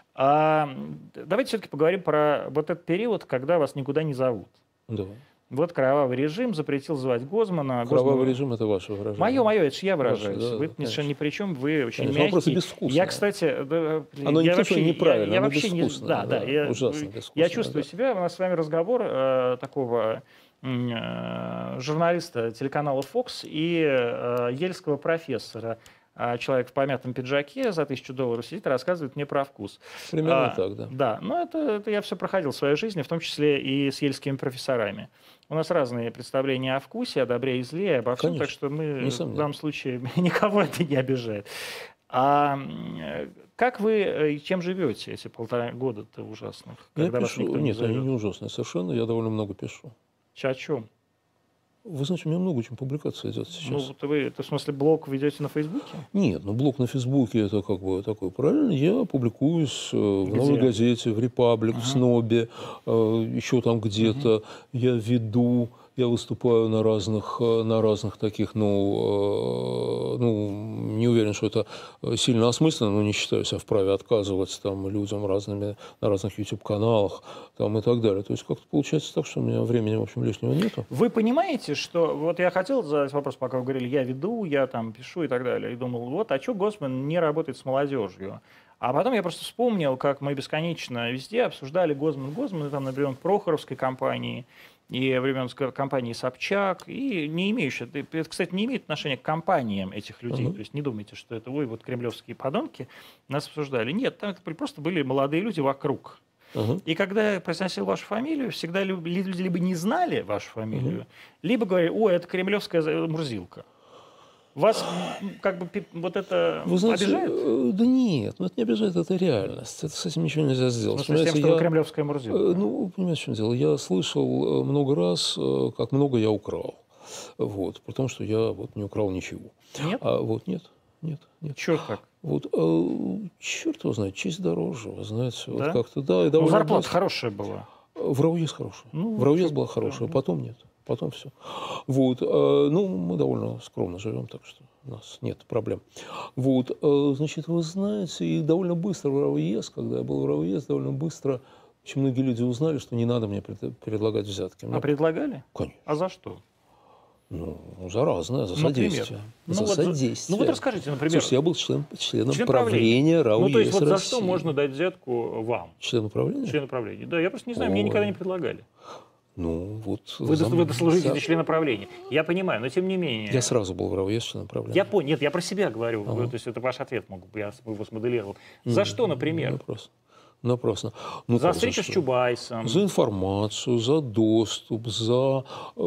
Давайте все-таки поговорим про вот этот период, когда вас никуда не зовут. Да. Вот кровавый режим запретил звать Гозмана. Кровавый режим – это ваше выражение. Мое, это же я выражаюсь. Ваше, да, Вы да, совершенно конечно. ни при чем, вы очень Конечно, оно просто мягкий. безвкусное. Я, кстати, Оно не я то, что вообще, неправильно, я оно вообще не, безвкусное, да, да, я, ужасно я безвкусное, чувствую да. себя. У нас с вами разговор такого журналиста телеканала Fox и ельского профессора. Человек в помятом пиджаке за $1000 сидит и рассказывает мне про вкус. Примерно так, да. Да, но это я все проходил в своей жизни, в том числе и с ельскими профессорами. У нас разные представления о вкусе, о добре и зле, обо всем, Конечно, так что мы несомненно. в данном случае никого это не обижает. Как вы, чем живете эти 1,5 года-то ужасных, Я когда вас пишу, никто не нет, они зовет? не ужасные совершенно, я довольно много пишу. О чем? Вы знаете, у меня много очень публикаций идет Ну, сейчас. вот вы, это в смысле блог ведете на Фейсбуке? Нет, блог на Фейсбуке это как бы такой правильно. Я публикуюсь в Где? «Новой газете», в «Репаблик», в «Снобе», еще там где-то. Я веду, я выступаю на разных таких, не уверен, что это сильно осмысленно, но не считаю себя вправе отказывать там людям на разных YouTube-каналах там, и так далее. То есть как-то получается так, что у меня времени, в общем, лишнего нету. Вы понимаете, что... Вот я хотел задать вопрос, пока вы говорили, я веду, я там пишу и так далее. И думал, вот, а что Гозман не работает с молодежью? А потом я просто вспомнил, как мы бесконечно везде обсуждали Гозман, там, например, Прохоровской компании и времен компании Собчак, и не имеющие... Это, кстати, не имеет отношения к компаниям этих людей. То есть не думайте, что это вы, вот кремлевские подонки, нас обсуждали. Нет, там просто были молодые люди вокруг. И когда я произносил вашу фамилию, всегда люди либо не знали вашу фамилию, либо говорили, ой, это кремлевская Мурзилка. Вас как бы вот это Вы знаете, обижает? Да нет, это не обижает, это реальность. Это с этим ничего нельзя сделать. Ну, с тем, что вы кремлевская Мурзилка. Понимаете, в чем дело? Я слышал много раз, как много я украл. Вот, при том, что я не украл ничего. Нет? Нет. Чё так? Черт его знает, честь дороже, вы знаете. Да? Как-то, да, и Ну, довольно зарплата быстро. хорошая была. В РАУЕС хорошая. Ну, в РАУЕС была хорошая, потом нет. Потом все. Мы довольно скромно живем, так что у нас нет проблем. Значит, вы знаете, и довольно быстро в РАУЕС, когда я был в РАУЕС, довольно быстро очень многие люди узнали, что не надо мне предлагать взятки. А предлагали? Конечно. А за что? За разное, за Например? содействие. Содействие. Вот расскажите, например. Слушайте, я был членом член правления РАУЕС то есть вот за России. что можно дать взятку вам? Член управления? Член правления. Да, я просто не знаю, мне никогда не предлагали. Вы дослужите члена правления. Я понимаю, но тем не менее. Я сразу был в РАУЕС членом правления. Я понял. Нет, я про себя говорю. То есть это ваш ответ, я его смоделировал. За что, например? Напрасно. За встречу с Чубайсом. За информацию, за доступ, за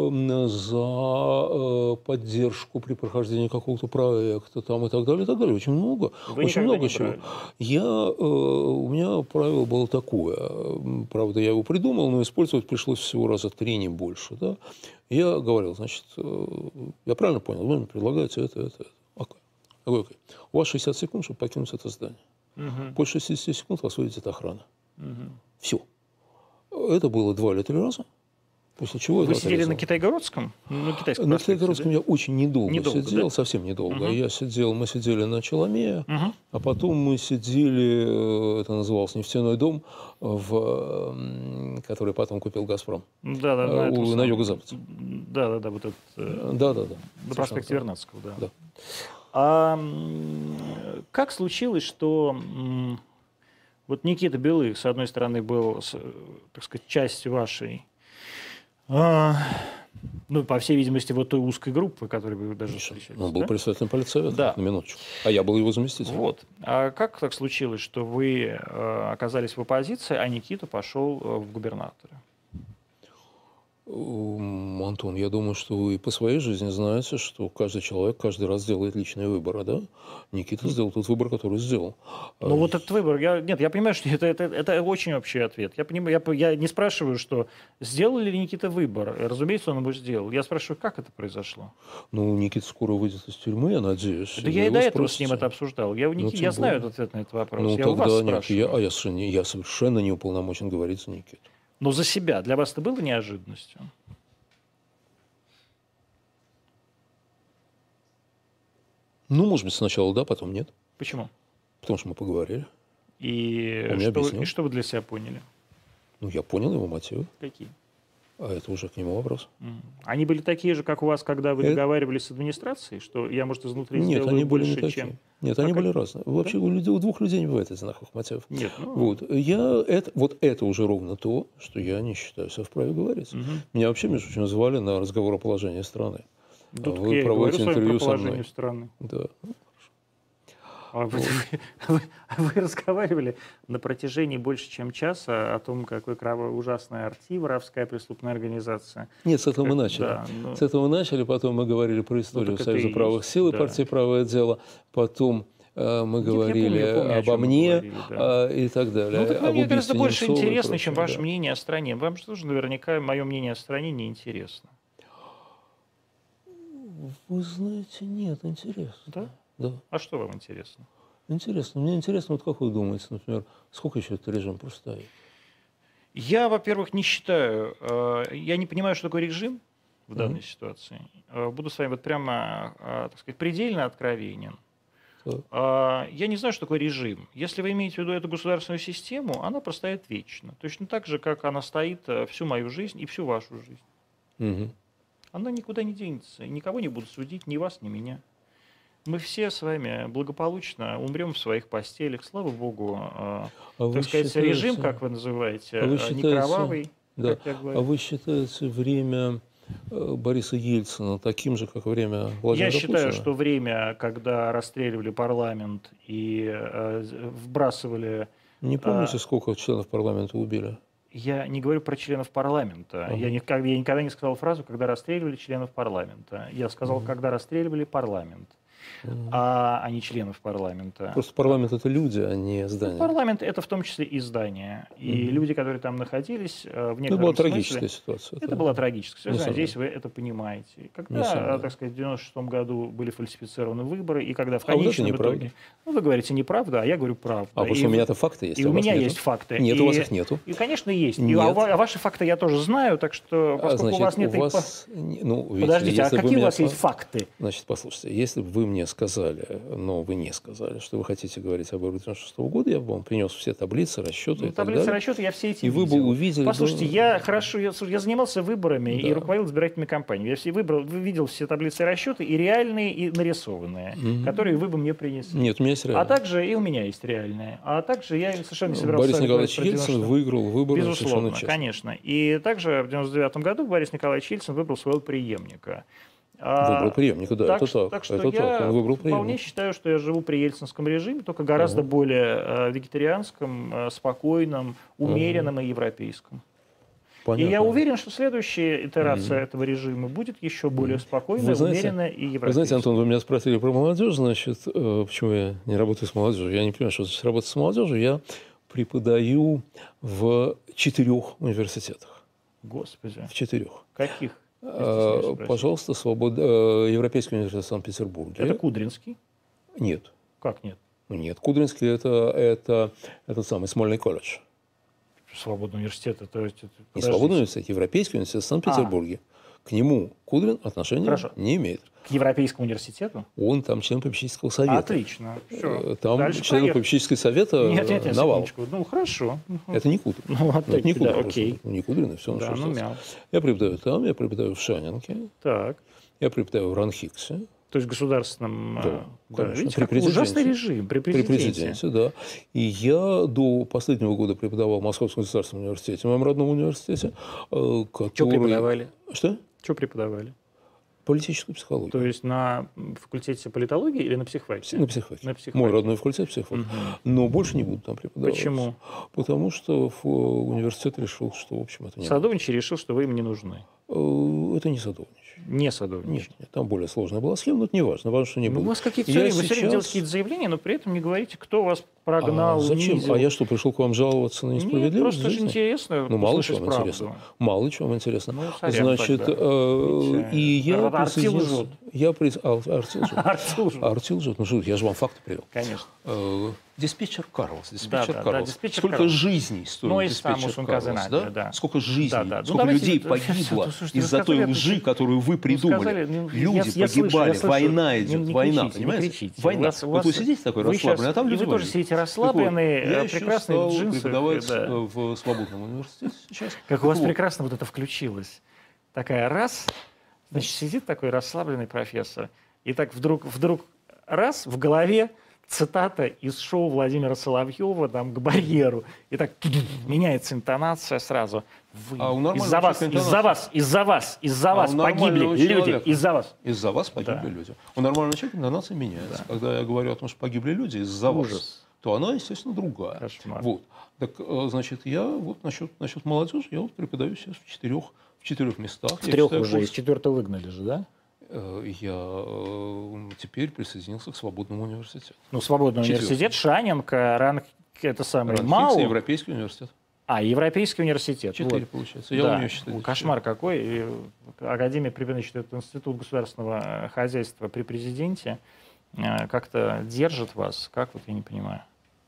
поддержку при прохождении какого-то проекта там, и так далее, и так далее. Очень много. Очень много чего. У меня правило было такое. Правда, я его придумал, но использовать пришлось всего раза 3, не больше. Да? Я говорил, значит, я правильно понял, вы мне предлагаете это. Окей. У вас 60 секунд, чтобы покинуть это здание. После 60 секунд вас выйдет охрана. Все. Это было 2 или 3 раза. После чего Вы это сидели отрезал. на Китайгородском? На китайском На проспекте, Китайгородском я очень недолго, Недолго, сидел, да? совсем недолго. Мгм. Мы сидели на Челоме, Мгм. а потом мы сидели, это назывался нефтяной дом, который потом купил «Газпром», Да, да, на, этом на самом- юго-западе. Да, да, да, вот этот, Да. на проспекте Вернадского, да. Да. Как случилось, что вот Никита Белых, с одной стороны, был, так сказать, частью вашей, ну, по всей видимости, вот той узкой группы, которой вы даже встречались. Он был да? председателем политсовета, Да. на минуточку. А я был его заместителем. Вот. А как так случилось, что вы оказались в оппозиции, а Никита пошел в губернаторы? Антон, я думаю, что вы по своей жизни знаете, что каждый человек каждый раз делает личные выборы, да? Никита сделал тот выбор, который сделал. Ну вот этот выбор, я понимаю, что это очень общий ответ. Я понимаю, я не спрашиваю, что сделал ли Никита выбор. Разумеется, он его сделал. Я спрашиваю, как это произошло. Ну, Никита скоро выйдет из тюрьмы, я надеюсь. Да я и Вы до его этого с ним спросите. это обсуждал. Я тем знаю более. ответ на этот вопрос. Ну, Я у вас тогда нет, спрашиваю. я совершенно не уполномочен говорить за Никиту. Но за себя. Для вас это было неожиданностью? Ну, может быть, сначала да, потом нет. Почему? Потому что мы поговорили. И Он мне объяснил. что вы для себя поняли? Ну, я понял его мотивы. Какие? А это уже к нему вопрос. Они были такие же, как у вас, когда вы Это- договаривались с администрацией, что я, может, изнутри Нет, сделаю они были больше, не такие. чем... Нет, они Как были они? разные. Вообще у двух людей не бывает одинаковых мотивов. Нет, ну... Вот. Вот это уже ровно то, что я не считаю себя вправе говорить. Мгм. Меня вообще, между прочим, звали на разговор о положении страны. Тут вы я и проводите говорю с вами интервью про со положение мной. страны. Да. А вы разговаривали на протяжении больше, чем часа о том, какой ужасная арти, воровская преступная организация. Нет, с этого мы начали. Да, ну, С этого мы начали, потом мы говорили про историю так это Союза и правых есть, сил и да. партии «Правое дело», потом мы Нет, я говорили помню, о обо чем вы мне говорили, да. и так далее. Ну, так об мне гораздо убийстве больше Немцова и интересно, прочее, чем ваше да. мнение о стране. Вам же тоже наверняка мое мнение о стране не интересно. Вы знаете, нет, интересно. Да? Да. А что вам интересно? Интересно. Мне интересно, вот как вы думаете, например, сколько еще этот режим простоит? Я, во-первых, не считаю, я не понимаю, что такое режим в данной ситуации. Буду с вами вот прямо, так сказать, предельно откровенен. Так. Я не знаю, что такое режим. Если вы имеете в виду эту государственную систему, она простоит вечно. Точно так же, как она стоит всю мою жизнь и всю вашу жизнь. Мгм. Она никуда не денется. И никого не будут судить, ни вас, ни меня. Мы все с вами благополучно умрем в своих постелях. Слава Богу, вы так сказать, считаете- режим, как вы называете, А вы не считаете- кровавый, Да. как я А говорю. вы считаете время Бориса Ельцина таким же, как время Владимира Я считаю, Путина? что время, когда расстреливали парламент и вбрасывали... Не помните, сколько членов парламента убили? Я не говорю про членов парламента. Я никогда не сказал фразу, когда расстреливали членов парламента. Я сказал, когда расстреливали парламент, а не членов парламента. Просто парламент – это люди, а не здания. Парламент – это в том числе и здание. И люди, которые там находились, в Это некотором была смысле... трагическая ситуация. Это была трагическая ситуация, Несомненно. надеюсь, вы это понимаете. Когда, Несомненно. так сказать, в 1996 году были фальсифицированы выборы, и когда в А вот это конечном неправда. итоге... Ну, вы говорите неправда, а я говорю правду. А потому что у меня-то факты есть, И а у вас меня нету. есть факты. Нет, у вас их нету. И, конечно, есть. Нет. А ваши факты я тоже знаю, так что, поскольку Значит, у вас нет... у вас... Ну, видите, Подождите, а если бы какие у меня вас есть факты? Значит, послушайте, если бы вы мне сказали, но вы не сказали, что вы хотите говорить об выборах 1996 года, я бы вам принес все таблицы, расчеты и так Таблицы далее. расчета я все эти И вы бы видел. увидели... Послушайте, да, я занимался выборами и руководил избирательными кампаниями. Я видел все таблицы расчета, и реальные, и нарисованные, которые вы бы мне принесли. Нет, у меня есть реально. А также и у меня есть реальные. А также я совершенно не собирался... Борис с вами Николаевич говорить про Ельцин 96. выиграл выборы совершенно Безусловно, честно. конечно. И также в 1999 году Борис Николаевич Ельцин выбрал своего преемника. Выбрал преемника, да, это так. Так что это я так, он выбрал вполне преемника. считаю, что я живу при ельцинском режиме, только гораздо более вегетарианском, спокойном, умеренном и европейском. Понятно. И я уверен, что следующая итерация этого режима будет еще более спокойная, Вы знаете, умеренная и европейская. Вы знаете, Антон, вы меня спросили про молодежь, значит, почему я не работаю с молодежью. Я не понимаю, что значит работать с молодежью. Я преподаю в 4 университетах. Господи, В 4. каких? Я стесняюсь спросить. Пожалуйста, Европейский университет в Санкт-Петербурге. Это Кудринский? Нет. Как нет? Нет, Кудринский это этот самый Смольный колледж. Свободный университет, то есть... Не Свободный университет, Европейский университет в Санкт-Петербурге. К нему Кудрин отношения не имеет. К Европейскому университету? Он там член попечительского совета. Отлично. Все. Там дальше член попечительского совета Навалов. Ну, хорошо. Это не Кудрин. Ну, это не Кудрин. Да, окей. Не Кудрин, и все. Да, я преподаю там, я преподаю в Шанинке. Так. Я преподаю в Ранхиксе. То есть государственном... Да, конечно. Видите, какой ужасный режим при президенте. Да. И я до последнего года преподавал в Московском государственном университете, в моем родном университете. Который... Что преподавали? Что? Что преподавали? Политическую психологию. То есть на факультете политологии или на психфаке? На психфаке. На психфаке. Мой родной факультет психфак. Но больше не буду там преподавать. Почему? Потому что университет решил, что, в общем, это не Садовничий решил, что вы им не нужны. Это не Садовничий. Не Садовничий. Нет, там более сложная была схема, но это не важно. Важно, что не было. У вас какие-то вы все время делаете какие-то заявления, но при этом не говорите, кто вас прогнал, зачем? унизил. А я что, пришел к вам жаловаться на несправедливость? Нет, просто же интересно. Ну, мало чего вам интересно. Мало чего вам интересно. Ну, значит, и я присоединился... Артил лжет. Ну, что, я же вам факты привел. Конечно. Диспетчер Карлос. Диспетчер Сколько Карлос. жизней стоит диспетчер Карлос, да? Сколько жизней, сколько людей погибло из-за той лжи, которую вы придумали. Люди погибали, война идет, война, понимаете? Война. Вот вы сидите такой расслабленный, а там люди вы тоже сидите расслабленные, прекрасные джинсы. Я преподавать в Свободном университете сейчас. Как у вас прекрасно вот это включилось. Такая раз, значит, сидит такой расслабленный профессор, и так вдруг раз в голове цитата из шоу Владимира Соловьева там, «К барьеру». И так меняется интонация сразу. Вы, из-за вас погибли люди. Из-за вас. Из-за вас погибли люди. У нормального человека интонация меняется. Да. Когда я говорю о том, что погибли люди из-за вас, то она, естественно, другая. Кошмар. Вот. Так, значит, я вот насчет молодежи, я вот преподаю сейчас в четырех местах. В трех уже, из четвертого выгнали же, да? Я теперь присоединился к Свободному университету. Ну, Свободный университет, Шанинка, это самый МАУ. Европейский университет. Европейский университет. 4, вот. Получается. Я умею считать. Кошмар какой. И Академия преподавателей, Институт государственного хозяйства при президенте как-то держит вас. Как вот, я не понимаю.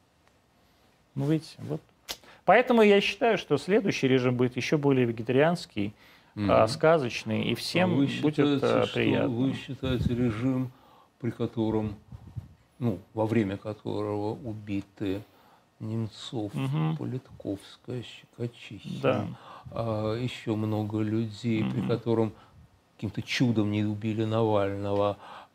Ну, видите, вот. Поэтому я считаю, что следующий режим будет еще более вегетарианский, сказочный, и всем будет приятно. Вы считаете режим, при котором, ну, во время которого убиты Немцов, Политковская, Щекочихин, еще много людей, при котором каким-то чудом не убили Навального,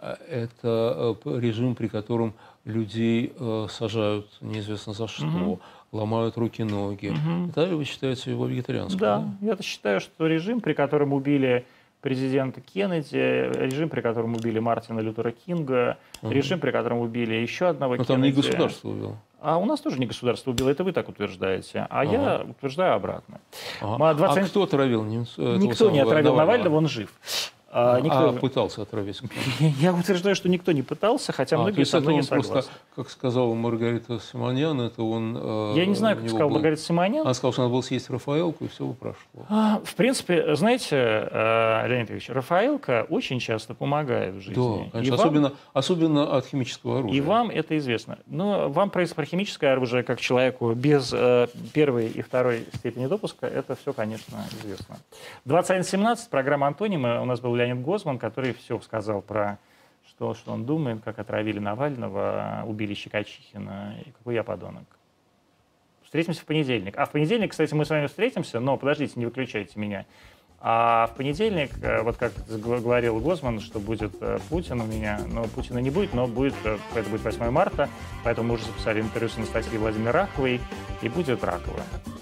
это режим, при котором людей сажают неизвестно за что, ломают руки-ноги. Это вы считаете его вегетарианским? Да, я считаю, что режим, при котором убили президента Кеннеди, режим, при котором убили Мартина Лютера Кинга, режим, при котором убили еще одного Кеннеди. Но там не государство убило. А у нас тоже не государство убило, это вы так утверждаете. А я утверждаю обратно. А кто отравил Немцова? Никто не отравил Навального, он жив. Пытался отравить? Я утверждаю, что никто не пытался, хотя многие со мной не согласны. Просто, как сказала Маргарита Симоньян, это он... Я не знаю, как сказала Маргарита Симоньян. Она сказала, что надо было съесть Рафаэлку, и все бы прошло. В принципе, знаете, Леонид Ильич, Рафаэлка очень часто помогает в жизни. Да, конечно, особенно от химического оружия. И вам это известно. Но вам про химическое оружие, как человеку без первой и второй степени допуска, это все, конечно, известно. 21:17, программа «Антонимы». У нас был Леонид Гозман, который все сказал про что он думает, как отравили Навального, убили Щекочихина, и какой я подонок. Встретимся в понедельник. А в понедельник, кстати, мы с вами встретимся, но подождите, не выключайте меня. А в понедельник, вот как говорил Гозман, что будет Путин у меня, но Путина не будет, но это будет 8 марта, поэтому мы уже записали интервью с Анастасией Владимировной Раковой, и будет Ракова.